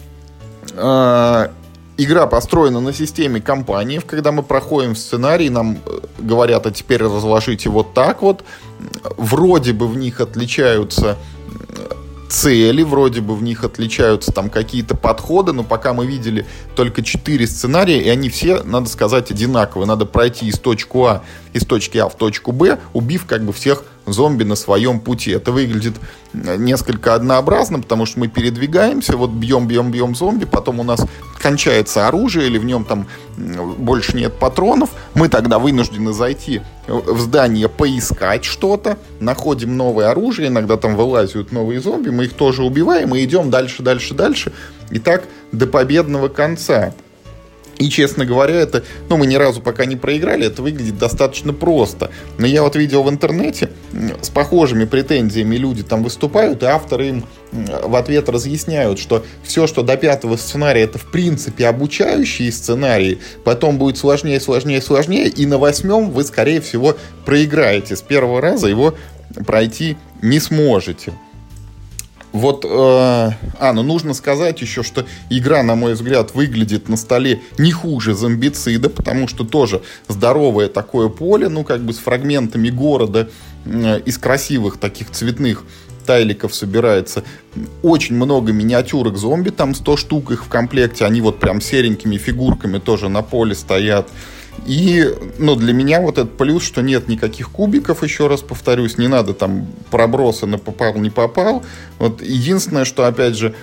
Speaker 1: игра построена на системе кампаний. Когда мы проходим сценарий, нам говорят, а теперь разложите вот так вот. Вроде бы в них отличаются цели, вроде бы в них отличаются там какие-то подходы, но пока мы видели только 4 сценария, и они все, надо сказать, одинаковые. Надо пройти из точки А в точку Б, убив как бы всех зомби на своем пути. Это выглядит несколько однообразно, потому что мы передвигаемся, вот бьем зомби, потом у нас кончается оружие, или в нем там больше нет патронов. Мы тогда вынуждены зайти в здание, поискать что-то, находим новое оружие, иногда там вылазят новые зомби, мы их тоже убиваем и идем дальше. И так до победного конца. И, честно говоря, это, мы ни разу пока не проиграли, это выглядит достаточно просто. Но я вот видел в интернете, с похожими претензиями люди там выступают, и авторы им в ответ разъясняют, что все, что до 5-го сценария, это, в принципе, обучающие сценарии, потом будет сложнее, и на 8-м вы, скорее всего, проиграете. С первого раза его пройти не сможете. Вот, нужно сказать еще, что игра, на мой взгляд, выглядит на столе не хуже зомбицида, потому что тоже здоровое такое поле, с фрагментами города из красивых таких цветных тайликов собирается. Очень много миниатюрок зомби, там 100 штук их в комплекте, они вот прям серенькими фигурками тоже на поле стоят. И, для меня вот этот плюс, что нет никаких кубиков, еще раз повторюсь, не надо там пробросы на попал, не попал. Вот единственное, что, опять же,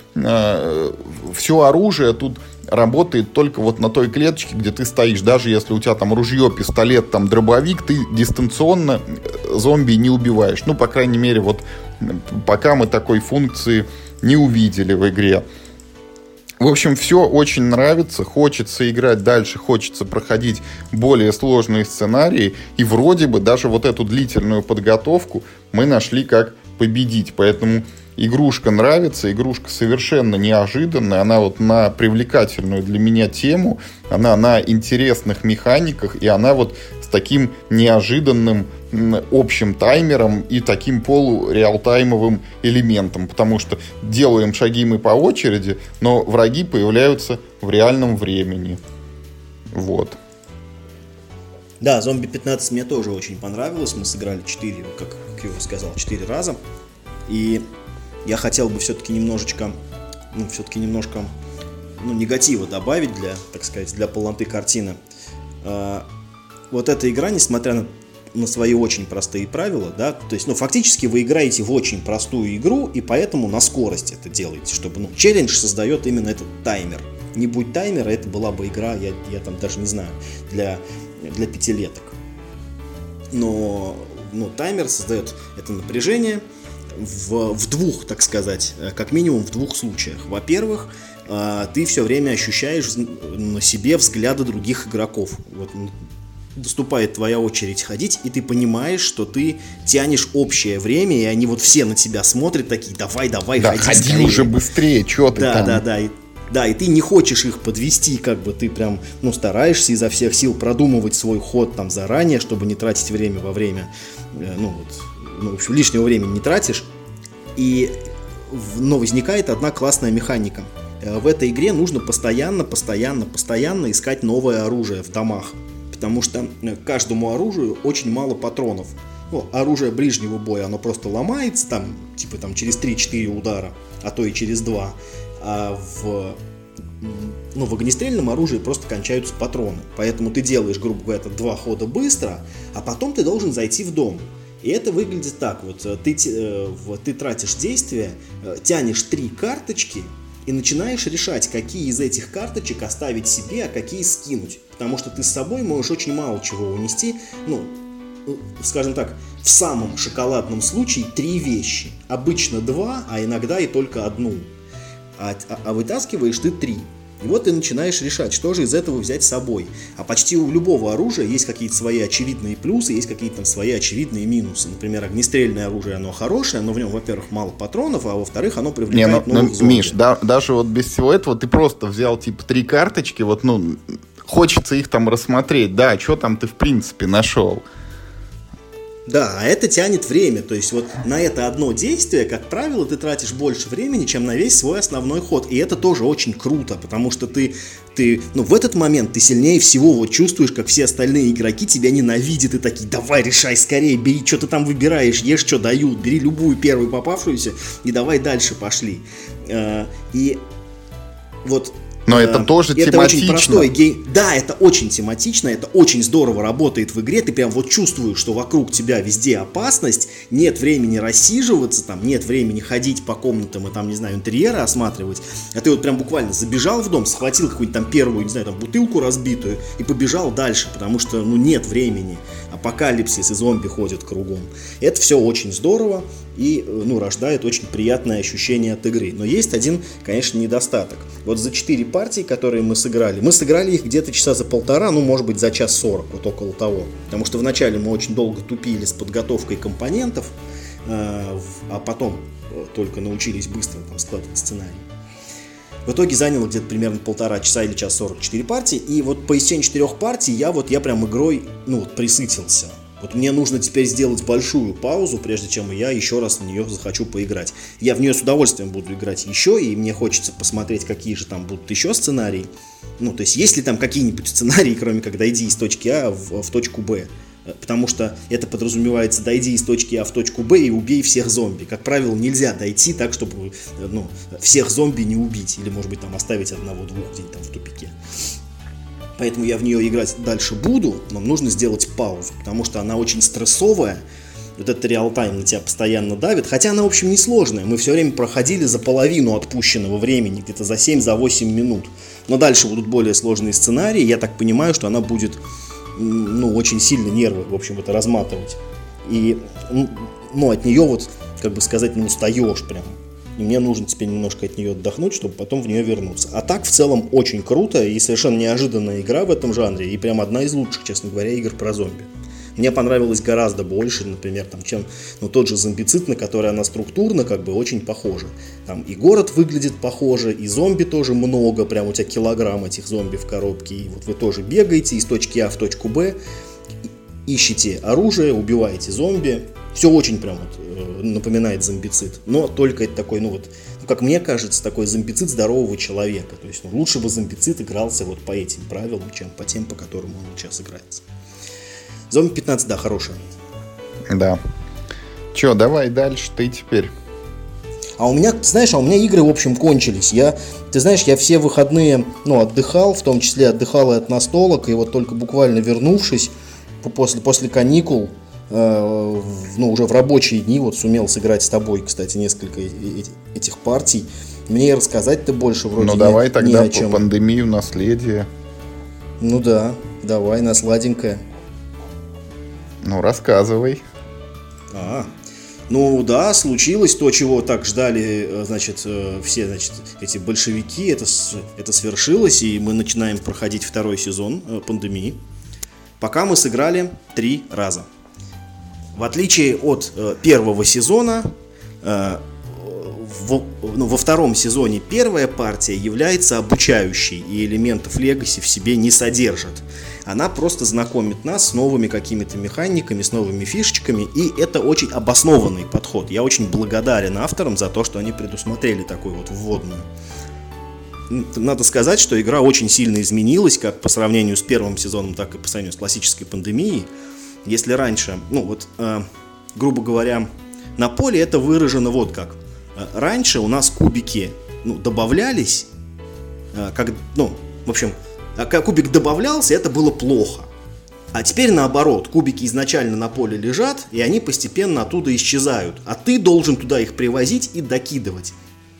Speaker 1: все оружие тут работает только вот на той клеточке, где ты стоишь. Даже если у тебя там ружье, пистолет, там дробовик, ты дистанционно зомби не убиваешь. По крайней мере, вот пока мы такой функции не увидели в игре. В общем, все очень нравится, хочется играть дальше, хочется проходить более сложные сценарии, и вроде бы даже вот эту длительную подготовку мы нашли как победить, поэтому игрушка нравится, игрушка совершенно неожиданная, она вот на привлекательную для меня тему, она на интересных механиках, и она вот с таким неожиданным общим таймером и таким полуреалтаймовым элементом, потому что делаем шаги мы по очереди, но враги появляются в реальном времени. Вот.
Speaker 2: Да, «Зомби 15» мне тоже очень понравилось. Мы сыграли 4, как я уже сказал, 4 раза. И я хотел бы все-таки немножко негатива добавить для полноты картины. Вот эта игра, несмотря на свои очень простые правила, да, то есть, фактически вы играете в очень простую игру, и поэтому на скорость это делаете, чтобы, челлендж создает именно этот таймер. Не будь таймера, это была бы игра, я там даже не знаю, для 5-леток. Но таймер создает это напряжение в двух, так сказать, как минимум в 2 случаях. Во-первых, ты все время ощущаешь на себе взгляды других игроков. Вот наступает твоя очередь ходить, и ты понимаешь, что ты тянешь общее время, и они вот все на тебя смотрят, такие, давай, ходи скорее.
Speaker 1: Уже быстрее, что ты там.
Speaker 2: Да, и ты не хочешь их подвести, ты прям, стараешься изо всех сил продумывать свой ход там заранее, чтобы не тратить время во время, в общем, лишнего времени не тратишь. Но возникает одна классная механика. В этой игре нужно постоянно искать новое оружие в домах. Потому что каждому оружию очень мало патронов. Оружие ближнего боя, оно просто ломается, через 3-4 удара, а то и через 2. А в огнестрельном оружии просто кончаются патроны. Поэтому ты делаешь, грубо говоря, 2 хода быстро, а потом ты должен зайти в дом. И это выглядит так. Вот ты тратишь действие, тянешь 3 карточки, и начинаешь решать, какие из этих карточек оставить себе, а какие скинуть. Потому что ты с собой можешь очень мало чего унести. Ну, скажем так, в самом шоколадном случае 3 вещи. Обычно 2, а иногда и только 1. А вытаскиваешь ты 3. И вот ты начинаешь решать, что же из этого взять с собой. А почти у любого оружия есть какие-то свои очевидные плюсы, есть какие-то там свои очевидные минусы. Например, огнестрельное оружие, оно хорошее, но в нем, во-первых, мало патронов, а во-вторых, оно привлекает новых зомби.
Speaker 1: Миш, даже вот без всего этого ты просто взял типа 3 карточки, вот, ну, хочется их там рассмотреть, да, что там ты в принципе нашел.
Speaker 2: Да, а это тянет время, то есть вот на это одно действие, как правило, ты тратишь больше времени, чем на весь свой основной ход, и это тоже очень круто, потому что ты в этот момент ты сильнее всего вот чувствуешь, как все остальные игроки тебя ненавидят и такие: давай, решай скорее, бери, что ты там выбираешь, ешь, что дают, бери любую первую попавшуюся и давай дальше пошли. И вот...
Speaker 1: Но это тоже
Speaker 2: это
Speaker 1: тематично.
Speaker 2: Очень простой гейм. Да, это очень тематично, это очень здорово работает в игре. Ты прям вот чувствуешь, что вокруг тебя везде опасность, нет времени рассиживаться, там, нет времени ходить по комнатам и там, не знаю, интерьеры осматривать. А ты вот прям буквально забежал в дом, схватил какую-нибудь там первую, не знаю, там бутылку разбитую и побежал дальше, потому что, ну, нет времени. Апокалипсис и зомби ходят кругом. Это все очень здорово и, ну, рождает очень приятное ощущение от игры. Но есть один, конечно, недостаток. Вот за 4 партии, которые мы сыграли их где-то часа за 1,5, ну, может быть, за 1:40, вот около того. Потому что вначале мы очень долго тупили с подготовкой компонентов, а потом только научились быстро там складывать сценарий. В итоге заняло где-то примерно 1,5 часа или 1:40 4 партии. И вот по истечении 4 партий я прям игрой, ну, вот присытился. Вот мне нужно теперь сделать большую паузу, прежде чем я еще раз в нее захочу поиграть. Я в нее с удовольствием буду играть еще, и мне хочется посмотреть, какие же там будут еще сценарии. Ну, то есть, есть ли там какие-нибудь сценарии, кроме как дойди из точки А в точку Б. Потому что это подразумевается: дойди из точки А в точку Б и убей всех зомби. Как правило, нельзя дойти так, чтобы, ну, всех зомби не убить. Или, может быть, там оставить 1-2 где-нибудь там в тупике. Поэтому я в нее играть дальше буду, но нужно сделать паузу, потому что она очень стрессовая. Вот этот реал-тайм на тебя постоянно давит, хотя она, в общем, несложная. Мы все время проходили за половину отпущенного времени, где-то за 7-8 минут. Но дальше будут более сложные сценарии, я так понимаю, что она будет, ну, очень сильно нервы, в общем, это разматывать. И, ну, от нее вот, как бы сказать, ну, устаешь прям. И мне нужно теперь немножко от нее отдохнуть, чтобы потом в нее вернуться. А так, в целом, очень круто и совершенно неожиданная игра в этом жанре. И прям одна из лучших, честно говоря, игр про зомби. Мне понравилось гораздо больше, например, там, чем, ну, тот же Зомбицид, на который она структурно как бы очень похожа. Там и город выглядит похоже, и зомби тоже много, прям у тебя килограмм этих зомби в коробке. И вот вы тоже бегаете из точки А в точку Б, ищете оружие, убиваете зомби. Все очень прям вот напоминает Зомбицид, но только это такой, ну вот, как мне кажется, такой Зомбицид здорового человека. То есть, ну, лучше бы Зомбицид игрался вот по этим правилам, чем по тем, по которым он сейчас играется. Зомби 15, да, хорошая.
Speaker 1: Да. Че, давай дальше ты теперь.
Speaker 2: А у меня, знаешь, игры, в общем, кончились. Ты знаешь, я все выходные, ну, отдыхал, в том числе отдыхал и от настолок, и вот только буквально вернувшись после каникул, ну, уже в рабочие дни, вот сумел сыграть с тобой, кстати, несколько этих партий. Мне и рассказать-то больше вроде
Speaker 1: ну, давай тогда
Speaker 2: о чем.
Speaker 1: По пандемию, наследие.
Speaker 2: Ну да, давай, на сладенькое.
Speaker 1: Ну, рассказывай.
Speaker 2: Ну да, случилось то, чего так ждали, значит, все, значит, эти большевики, это свершилось, и мы начинаем проходить 2-й сезон пандемии. Пока мы сыграли 3 раза. В отличие от 1-го сезона, во 2-м сезоне 1-я партия является обучающей и элементов легаси в себе не содержит. Она просто знакомит нас с новыми какими-то механиками, с новыми фишечками, и это очень обоснованный подход. Я очень благодарен авторам за то, что они предусмотрели такую вот вводную. Надо сказать, что игра очень сильно изменилась, как по сравнению с 1-м сезоном, так и по сравнению с классической пандемией. Если раньше, ну вот, грубо говоря, на поле это выражено вот как. Раньше у нас кубики, ну, добавлялись, в общем, когда кубик добавлялся, это было плохо. А теперь наоборот, кубики изначально на поле лежат, и они постепенно оттуда исчезают. А ты должен туда их привозить и докидывать.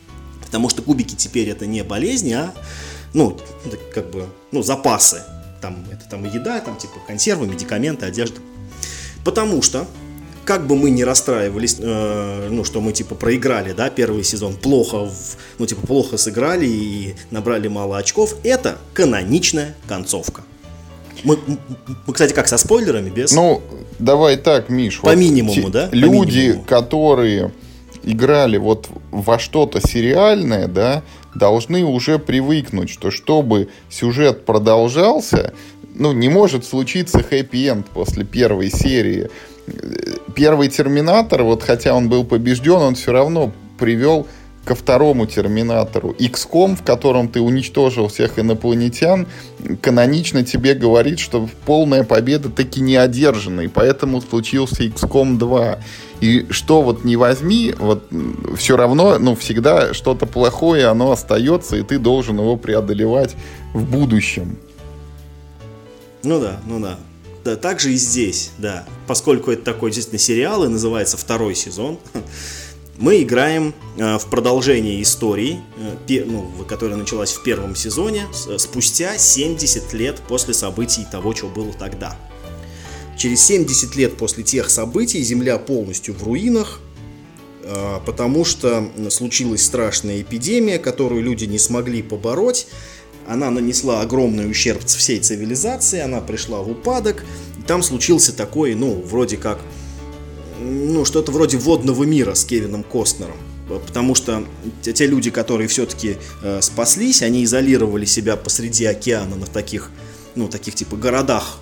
Speaker 2: Потому что кубики теперь это не болезни, а, ну, как бы, ну, запасы. Там, это там еда, там, типа, консервы, медикаменты, одежда. Потому что, как бы мы ни расстраивались, ну, что мы, типа, проиграли, да, первый сезон, плохо сыграли и набрали мало очков, это каноничная концовка. Мы, кстати, как, со спойлерами, без?
Speaker 1: Ну, давай так, Миш.
Speaker 2: По минимуму, да?
Speaker 1: Люди, которые играли вот во что-то сериальное, да, должны уже привыкнуть, что чтобы сюжет продолжался, ну, не может случиться хэппи-энд после первой серии. Первый Терминатор, вот хотя он был побежден, он все равно привел ко второму Терминатору. XCOM, в котором ты уничтожил всех инопланетян, канонично тебе говорит, что полная победа таки не одержана, и поэтому случился XCOM 2. И что вот не возьми, вот все равно, ну, всегда что-то плохое, оно остается, и ты должен его преодолевать в будущем.
Speaker 2: Ну да. Да, так же и здесь, да. Поскольку это такой действительно сериал, и называется второй сезон, мы играем в продолжение истории, которая началась в первом сезоне, спустя 70 лет после событий того, что было тогда. Через 70 лет после тех событий Земля полностью в руинах, потому что случилась страшная эпидемия, которую люди не смогли побороть. Она нанесла огромный ущерб всей цивилизации, она пришла в упадок. И там случился такой, вроде как, что-то вроде водного мира с Кевином Костнером. Потому что те люди, которые все-таки спаслись, они изолировали себя посреди океана на таких типа городах,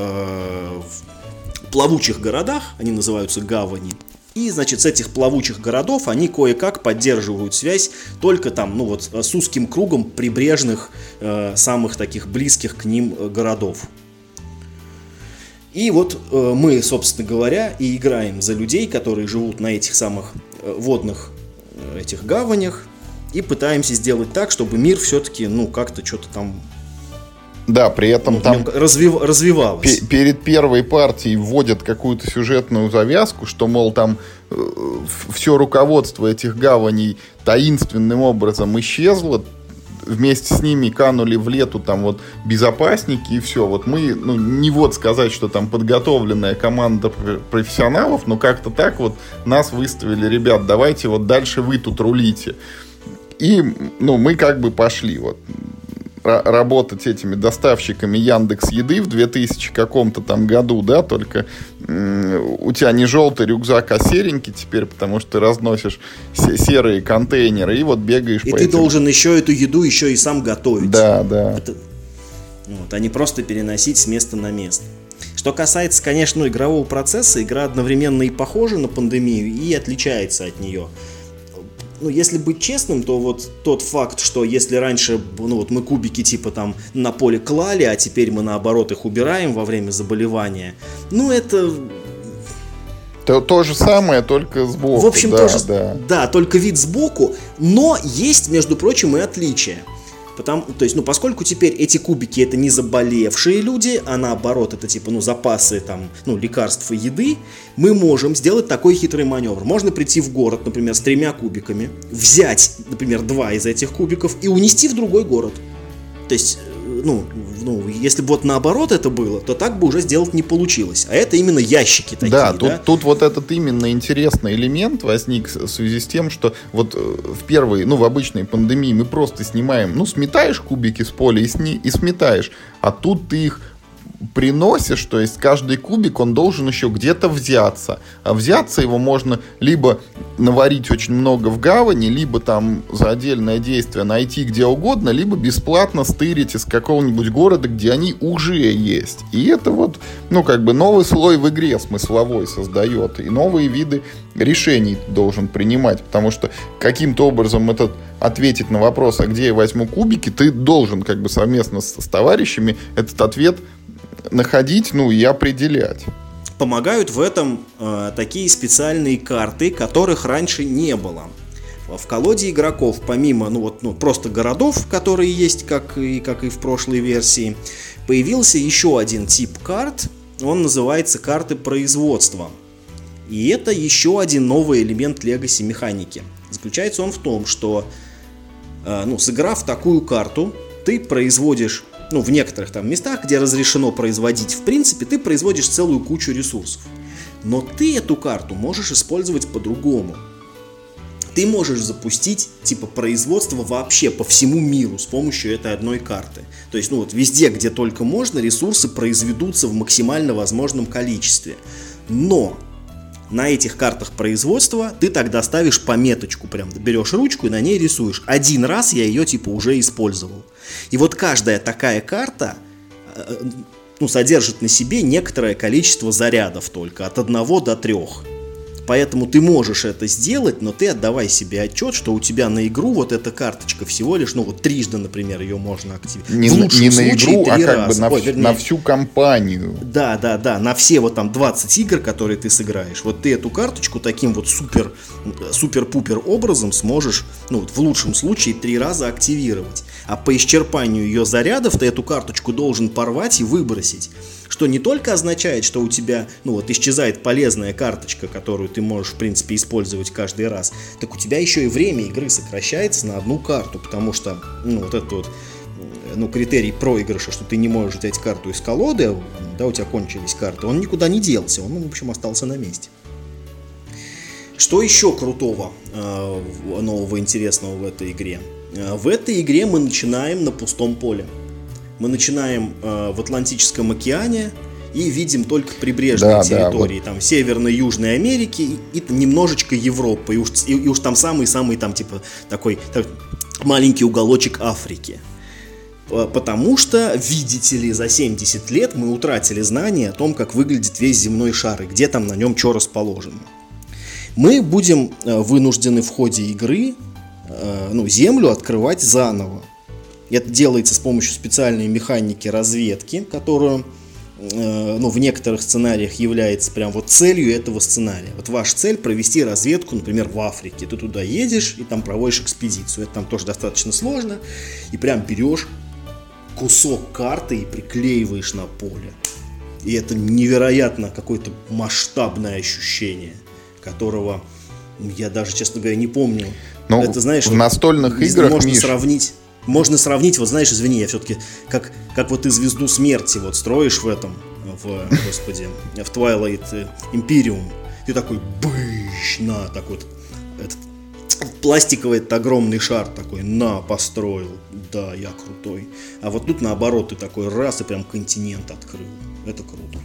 Speaker 2: плавучих городах, они называются гавани. И, значит, с этих плавучих городов они кое-как поддерживают связь только там, с узким кругом прибрежных, самых таких близких к ним городов. И вот мы, собственно говоря, и играем за людей, которые живут на этих самых водных этих гаванях, и пытаемся сделать так, чтобы мир все-таки, как-то что-то там...
Speaker 1: Да, при этом там
Speaker 2: развивалось.
Speaker 1: Перед первой партией вводят какую-то сюжетную завязку, что, мол, там все руководство этих гаваней таинственным образом исчезло, вместе с ними канули в лету там вот безопасники и все. Вот мы, не вот сказать, что там подготовленная команда профессионалов, но как-то так вот нас выставили: ребят, давайте вот дальше вы тут рулите. И, мы как бы пошли вот работать этими доставщиками Яндекс.Еды в 2000 каком-то там году, да, только у тебя не желтый рюкзак, а серенький теперь, потому что ты разносишь серые контейнеры и вот бегаешь
Speaker 2: и
Speaker 1: по
Speaker 2: ты должен еще эту еду еще и сам готовить.
Speaker 1: Да.
Speaker 2: А не просто переносить с места на место. Что касается, конечно, игрового процесса, игра одновременно и похожа на пандемию, и отличается от нее. Если быть честным, то вот тот факт, что если раньше мы кубики типа там на поле клали, а теперь мы наоборот их убираем во время заболевания, это...
Speaker 1: То же самое, только сбоку.
Speaker 2: В общем, да, только вид сбоку, но есть, между прочим, и отличия. Поскольку теперь эти кубики это не заболевшие люди, а наоборот это типа запасы там, лекарств и еды, мы можем сделать такой хитрый маневр. Можно прийти в город, например, с 3 кубиками, взять, например, 2 из этих кубиков и унести в другой город. То есть, если бы вот наоборот это было, то так бы уже сделать не получилось. А это именно ящики такие.
Speaker 1: Да, тут вот этот именно интересный элемент возник в связи с тем, что вот в первой, в обычной пандемии мы просто снимаем, сметаешь кубики с поля и сметаешь, а тут ты их приносишь, то есть каждый кубик, он должен еще где-то взяться. А взяться его можно либо наварить очень много в гавани, либо там за отдельное действие найти где угодно, либо бесплатно стырить из какого-нибудь города, где они уже есть. И это вот, новый слой в игре смысловой создает. И новые виды решений ты должен принимать. Потому что каким-то образом ответить на вопрос, а где я возьму кубики, ты должен совместно с товарищами этот ответ находить, и определять.
Speaker 2: Помогают в этом такие специальные карты, которых раньше не было. В колоде игроков, помимо просто городов, которые есть, как и в прошлой версии, появился еще один тип карт. Он называется карты производства. И это еще один новый элемент Legacy механики. Заключается он в том, что сыграв такую карту, ты производишь, в некоторых там местах, где разрешено производить, в принципе, ты производишь целую кучу ресурсов. Но ты эту карту можешь использовать по-другому. Ты можешь запустить типа производство вообще по всему миру с помощью этой одной карты. То есть, везде, где только можно, ресурсы произведутся в максимально возможном количестве. Но на этих картах производства ты тогда ставишь пометочку, прям берешь ручку и на ней рисуешь. Один раз я ее типа уже использовал. И вот каждая такая карта содержит на себе некоторое количество зарядов только, от 1 до 3. Поэтому ты можешь это сделать, но ты отдавай себе отчет, что у тебя на игру вот эта карточка всего лишь, трижды, например, ее можно активировать.
Speaker 1: Не на игру, а как бы на всю кампанию.
Speaker 2: Да, на все вот там 20 игр, которые ты сыграешь. Вот ты эту карточку таким вот супер-пупер образом сможешь, в лучшем случае, 3 раза активировать. А по исчерпанию ее зарядов ты эту карточку должен порвать и выбросить. Что не только означает, что у тебя, исчезает полезная карточка, которую ты можешь, в принципе, использовать каждый раз, так у тебя еще и время игры сокращается на одну карту, потому что, критерий проигрыша, что ты не можешь взять карту из колоды, у тебя кончились карты, он никуда не делся, он, в общем, остался на месте. Что еще крутого, нового, интересного в этой игре? В этой игре мы начинаем на пустом поле. Мы начинаем в Атлантическом океане и видим только прибрежные территории, там Северной и Южной Америки и немножечко Европы, и уж там самый там типа такой маленький уголочек Африки. Потому что, видите ли, за 70 лет мы утратили знания о том, как выглядит весь земной шар и где там на нем что расположено. Мы будем вынуждены в ходе игры Землю открывать заново. Это делается с помощью специальной механики разведки, которая в некоторых сценариях является прям вот целью этого сценария. Вот ваша цель провести разведку, например, в Африке. Ты туда едешь и там проводишь экспедицию. Это там тоже достаточно сложно. И прям берешь кусок карты и приклеиваешь на поле. И это невероятно какое-то масштабное ощущение, которого я даже, честно говоря, не помню. Это, знаешь,
Speaker 1: в настольных играх,
Speaker 2: можно сравнить, вот знаешь, извини, я все-таки, как вот ты звезду смерти вот строишь в Twilight Imperium. Ты такой, такой этот пластиковый огромный шар такой, построил, да, я крутой. А вот тут наоборот, ты такой раз и прям континент открыл. Это круто.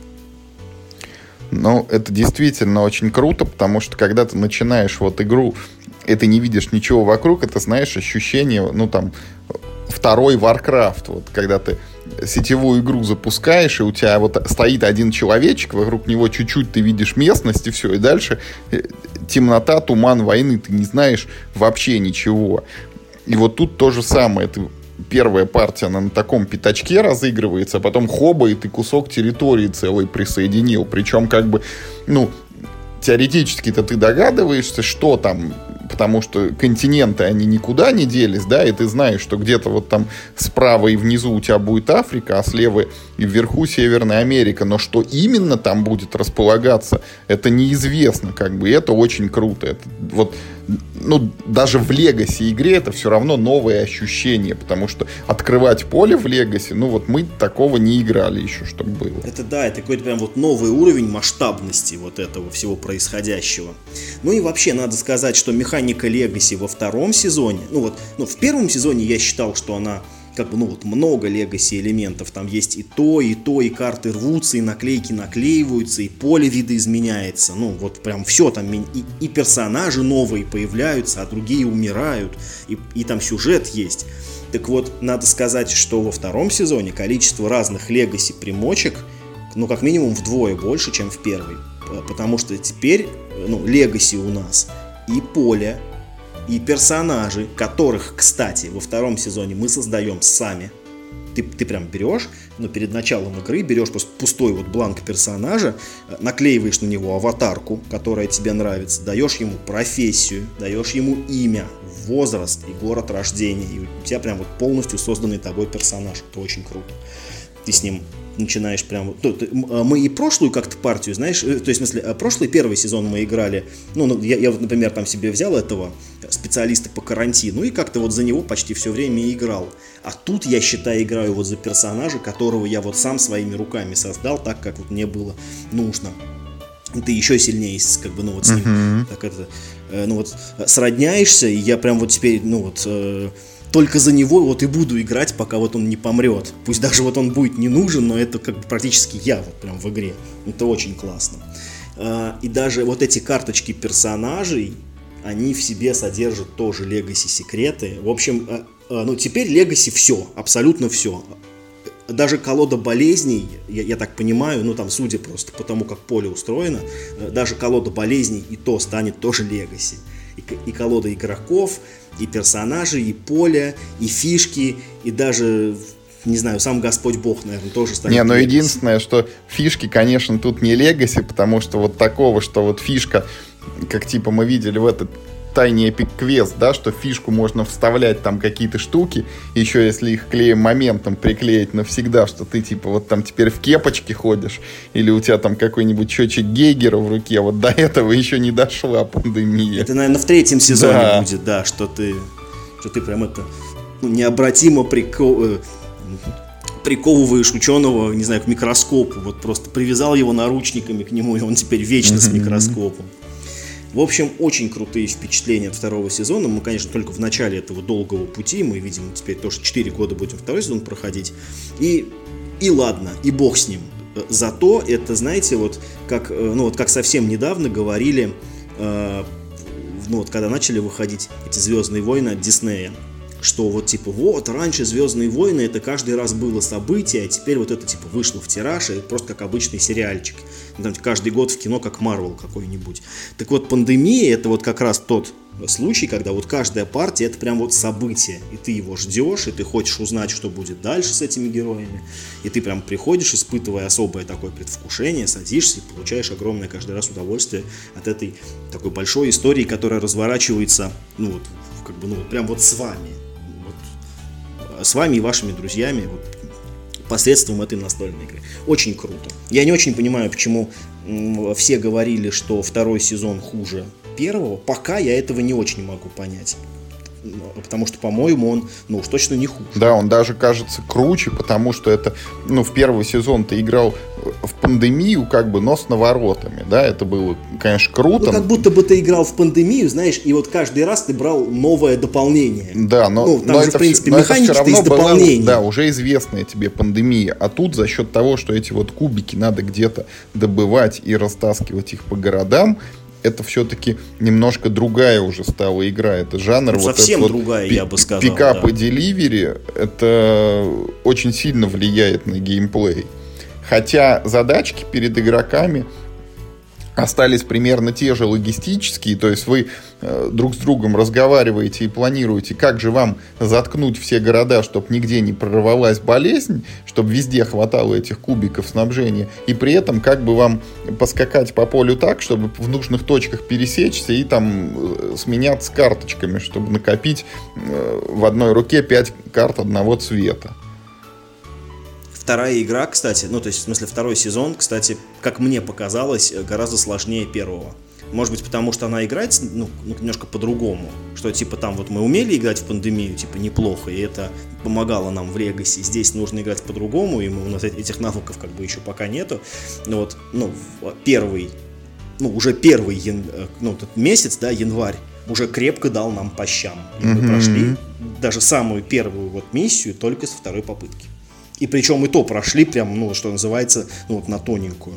Speaker 1: Это действительно очень круто, потому что когда ты начинаешь игру, и ты не видишь ничего вокруг, это, знаешь, ощущение, второй Warcraft, когда ты сетевую игру запускаешь, и у тебя стоит один человечек, вокруг него чуть-чуть ты видишь местность, и все, и дальше темнота, туман войны, ты не знаешь вообще ничего. И вот тут то же самое, первая партия, она на таком пятачке разыгрывается, а потом хоба, и ты кусок территории целый присоединил. Причем, теоретически-то ты догадываешься, что там, потому что континенты, они никуда не делись, да, и ты знаешь, что где-то там справа и внизу у тебя будет Африка, а слева и вверху Северная Америка, но что именно там будет располагаться, это неизвестно, и это очень круто. Это даже в Legacy игре это все равно новое ощущение, потому что открывать поле в Legacy, мы такого не играли еще, чтобы было.
Speaker 2: Это какой-то прям новый уровень масштабности этого всего происходящего. И вообще надо сказать, что механика Legacy во втором сезоне, в первом сезоне я считал, что она много Legacy элементов, там есть и то, и карты рвутся, и наклейки наклеиваются, и поле видоизменяется, прям все там, и персонажи новые появляются, а другие умирают, и там сюжет есть. Так вот, надо сказать, что во втором сезоне количество разных Legacy примочек, как минимум вдвое больше, чем в первой, потому что теперь, Legacy у нас и поле, и персонажи, которых, кстати, во втором сезоне мы создаем сами. Ты прям берешь, перед началом игры берешь просто пустой бланк персонажа, наклеиваешь на него аватарку, которая тебе нравится, даешь ему профессию, даешь ему имя, возраст и город рождения. И у тебя прям полностью созданный тобой персонаж. Это очень круто. Ты с ним начинаешь прям... Мы и прошлую как-то партию, знаешь, то есть, в смысле, прошлый первый сезон мы играли, я, например, там себе взял этого специалиста по карантину, и как-то вот за него почти все время и играл. А тут, я считаю, играю вот за персонажа, которого я вот сам своими руками создал, так как вот мне было нужно. И ты еще сильнее, как бы, ну вот с ним, так это, ну вот, сродняешься, и я прям вот теперь, ну вот, только за него вот и буду играть, пока вот он не помрет. Пусть даже вот он будет не нужен, но это как бы практически я вот прям в игре. Это очень классно. И даже вот эти карточки персонажей, они в себе содержат тоже легаси секреты. В общем, ну теперь легаси все, абсолютно все. Даже колода болезней, я так понимаю, ну там судя просто по тому, как поле устроено, даже колода болезней и то станет тоже легаси. И колода игроков, и персонажей, и поле, и фишки, и даже, не знаю, сам Господь Бог, наверное, тоже станет.
Speaker 1: Не, но единственное, что фишки, конечно, тут не легаси, потому что вот такого, что вот фишка, как типа мы видели в этот тайный эпик квест, да, что фишку можно вставлять там какие-то штуки, еще если их клеем моментом приклеить навсегда, что ты типа вот там теперь в кепочке ходишь, или у тебя там какой-нибудь счетчик Гейгера в руке, вот до этого еще не дошла пандемия.
Speaker 2: Это, наверное, в 3-м сезоне будет, да, что ты прям это необратимо приковываешь ученого, не знаю, к микроскопу, вот просто привязал его наручниками к нему, и он теперь вечно с микроскопом. В общем, очень крутые впечатления от 2-го сезона. Мы, конечно, только в начале этого долгого пути. Мы, видимо, теперь тоже 4 года будем 2-й сезон проходить. И ладно, и бог с ним. Зато это, знаете, вот как, ну, вот как совсем недавно говорили, ну, вот когда начали выходить эти «Звездные войны» от Диснея, что вот типа вот раньше «Звездные войны» это каждый раз было событие, а теперь вот это типа вышло в тираж, и просто как обычный сериальчик. Там, каждый год в кино как Марвел какой-нибудь. Так вот, пандемия это вот как раз тот случай, когда вот каждая партия это прям вот событие, и ты его ждешь, и ты хочешь узнать, что будет дальше с этими героями, и ты прям приходишь, испытывая особое такое предвкушение, садишься и получаешь огромное каждый раз удовольствие от этой такой большой истории, которая разворачивается, ну вот, как бы, ну вот прям вот с вами. С вами и вашими друзьями вот, посредством этой настольной игры. Очень круто. Я не очень понимаю, почему все говорили, что 2-й сезон хуже 1-го. Пока я этого не очень могу понять. Потому что, по-моему, он, ну уж точно не хуже.
Speaker 1: Да, он даже кажется круче, потому что это, ну, в 1-й сезон ты играл в пандемию, как бы, но с наворотами, да, это было, конечно, круто.
Speaker 2: Ну, как будто бы ты играл в пандемию, знаешь, и вот каждый раз ты брал новое дополнение.
Speaker 1: Да, но,
Speaker 2: ну, там
Speaker 1: но
Speaker 2: же,
Speaker 1: это,
Speaker 2: в принципе,
Speaker 1: но
Speaker 2: механики
Speaker 1: это все равно
Speaker 2: из дополнений.
Speaker 1: Была, да, уже известная тебе пандемия, а тут за счет того, что эти вот кубики надо где-то добывать и растаскивать их по городам, это все-таки немножко другая уже стала игра. Это жанр,
Speaker 2: ну,
Speaker 1: вот
Speaker 2: совсем
Speaker 1: этот
Speaker 2: другая,
Speaker 1: вот
Speaker 2: я бы сказал.
Speaker 1: Пикап
Speaker 2: да.
Speaker 1: и деливери, это очень сильно влияет на геймплей. Хотя задачки перед игроками остались примерно те же логистические, то есть вы друг с другом разговариваете и планируете, как же вам заткнуть все города, чтобы нигде не прорвалась болезнь, чтобы везде хватало этих кубиков снабжения, и при этом как бы вам поскакать по полю так, чтобы в нужных точках пересечься и там сменяться карточками, чтобы накопить в одной руке 5 карт одного цвета.
Speaker 2: 2-я игра, кстати, ну, то есть, в смысле, 2-й сезон, кстати, как мне показалось, гораздо сложнее 1-го. Может быть, потому что она играет, ну, немножко по-другому. Что, типа, там вот мы умели играть в пандемию, типа, неплохо, и это помогало нам в Легаси. Здесь нужно играть по-другому, и у нас этих навыков как бы еще пока нету. Но вот, ну, уже первый этот месяц, да, январь, уже крепко дал нам по щам. И мы прошли даже самую первую вот миссию только с 2-й попытки. И причем и то прошли прям, ну, что называется, ну, вот на тоненькую.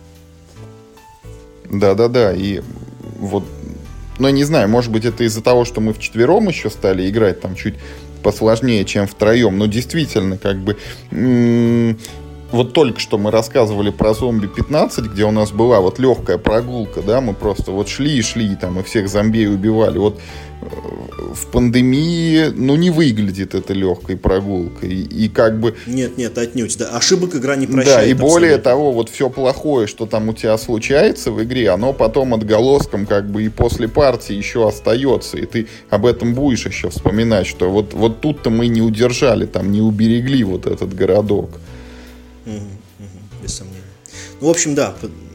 Speaker 1: Да-да-да, и вот, ну, я не знаю, может быть, это из-за того, что мы вчетвером еще стали играть там чуть посложнее, чем втроем, но действительно, как бы, вот только что мы рассказывали про зомби 15, где у нас была вот легкая прогулка, да, мы просто вот шли и шли, там, и всех зомбей убивали, вот в пандемии, ну, не выглядит это легкой прогулкой. И как бы...
Speaker 2: Нет, отнюдь. Да, ошибок игра не прощает.
Speaker 1: Да, и более того, вот все плохое, что там у тебя случается в игре, оно потом отголоском как бы и после партии еще остается. И ты об этом будешь еще вспоминать, что вот тут-то мы не удержали, там не уберегли вот этот городок.
Speaker 2: Без сомнения. Ну, в общем, да,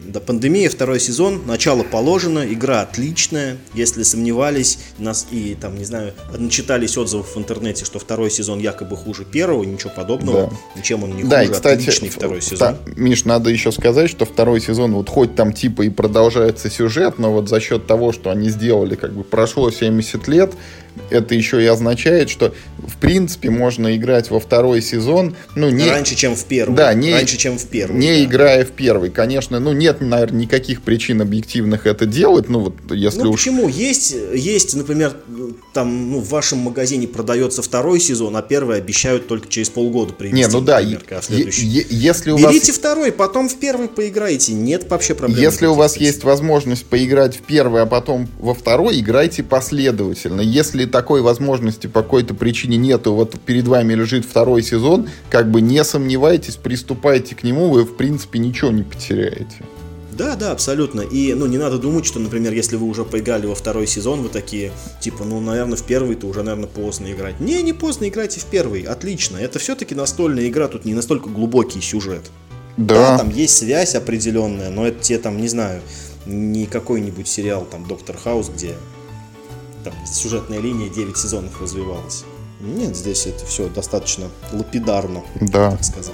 Speaker 2: Да, «Пандемия», второй сезон, начало положено, игра отличная. Если сомневались и там, не знаю, начитались отзывов в интернете, что второй сезон якобы хуже первого, ничего подобного.
Speaker 1: Да.
Speaker 2: Ничем он не
Speaker 1: Да,
Speaker 2: хуже,
Speaker 1: и, кстати,
Speaker 2: отличный второй сезон.
Speaker 1: Миш, надо еще сказать, что второй сезон, вот хоть там типа и продолжается сюжет, но вот за счет того, что они сделали, как бы прошло 70 лет, это еще и означает, что в принципе можно играть во второй сезон, ну, не
Speaker 2: раньше, чем в первый.
Speaker 1: Да,
Speaker 2: раньше, чем в первый.
Speaker 1: Не играя в первый. Конечно, ну, нет, наверное, никаких причин объективных это делать. Ну, вот, если
Speaker 2: ну,
Speaker 1: уж...
Speaker 2: почему? Есть, например, там, ну, в вашем магазине продается второй сезон, а первый обещают только через полгода привезти.
Speaker 1: Не, ну да,
Speaker 2: например,
Speaker 1: если у
Speaker 2: Берите
Speaker 1: вас...
Speaker 2: второй, потом в первый поиграете. Нет вообще проблем.
Speaker 1: Если у вас есть возможность поиграть в первый, а потом во второй, играйте последовательно. Если такой возможности по какой-то причине нету, вот перед вами лежит второй сезон, как бы не сомневайтесь, приступайте к нему, вы в принципе ничего не потеряете.
Speaker 2: Да, абсолютно. И, ну, не надо думать, что, например, если вы уже поиграли во второй сезон, вы такие, типа, ну, наверное, в первый-то уже, наверное, поздно играть. Не поздно, играйте в первый, отлично. Это все-таки настольная игра, тут не настолько глубокий сюжет. Да, там есть связь определенная, но это те, там, не знаю, не какой-нибудь сериал, там, «Доктор Хаус», где там сюжетная линия 9 сезонов развивалась. Нет, здесь это все достаточно лапидарно, так сказал.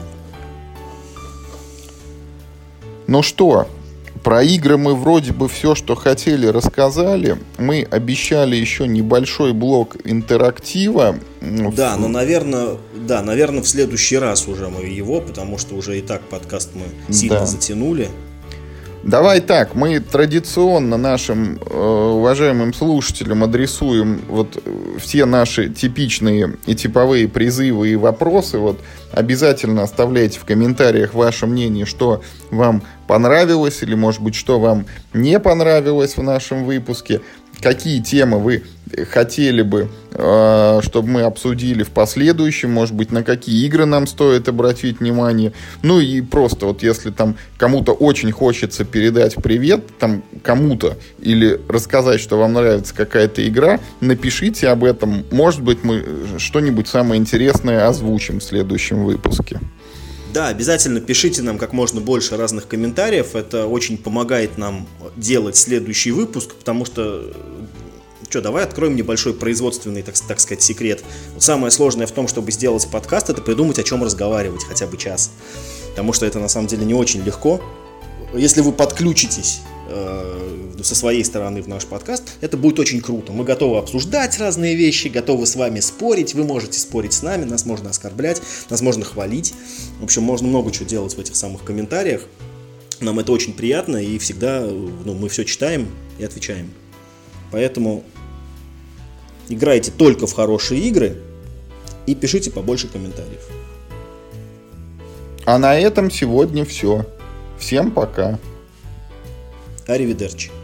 Speaker 1: Ну что, про игры мы вроде бы все, что хотели, рассказали. Мы обещали еще небольшой блок интерактива.
Speaker 2: Да, но, наверное, в следующий раз уже мы его, потому что уже и так подкаст мы сильно затянули.
Speaker 1: Давай так, мы традиционно нашим уважаемым слушателям адресуем вот все наши типичные и типовые призывы и вопросы. Вот обязательно оставляйте в комментариях ваше мнение, что вам понравилось или, может быть, что вам не понравилось в нашем выпуске. Какие темы вы хотели бы, чтобы мы обсудили в последующем, может быть, на какие игры нам стоит обратить внимание. Ну и просто вот если там кому-то очень хочется передать привет, там кому-то, или рассказать, что вам нравится какая-то игра, напишите об этом. Может быть, мы что-нибудь самое интересное озвучим в следующем выпуске.
Speaker 2: Да, обязательно пишите нам как можно больше разных комментариев. Это очень помогает нам делать следующий выпуск, потому что... давай откроем небольшой производственный, так сказать, секрет. Вот самое сложное в том, чтобы сделать подкаст, это придумать, о чем разговаривать хотя бы час. Потому что это на самом деле не очень легко. Если вы подключитесь со своей стороны в наш подкаст, это будет очень круто. Мы готовы обсуждать разные вещи, готовы с вами спорить. Вы можете спорить с нами, нас можно оскорблять, нас можно хвалить. В общем, можно много чего делать в этих самых комментариях. Нам это очень приятно, и всегда мы все читаем и отвечаем. Поэтому играйте только в хорошие игры и пишите побольше комментариев.
Speaker 1: А на этом сегодня все. Всем пока.
Speaker 2: Аривидерчи.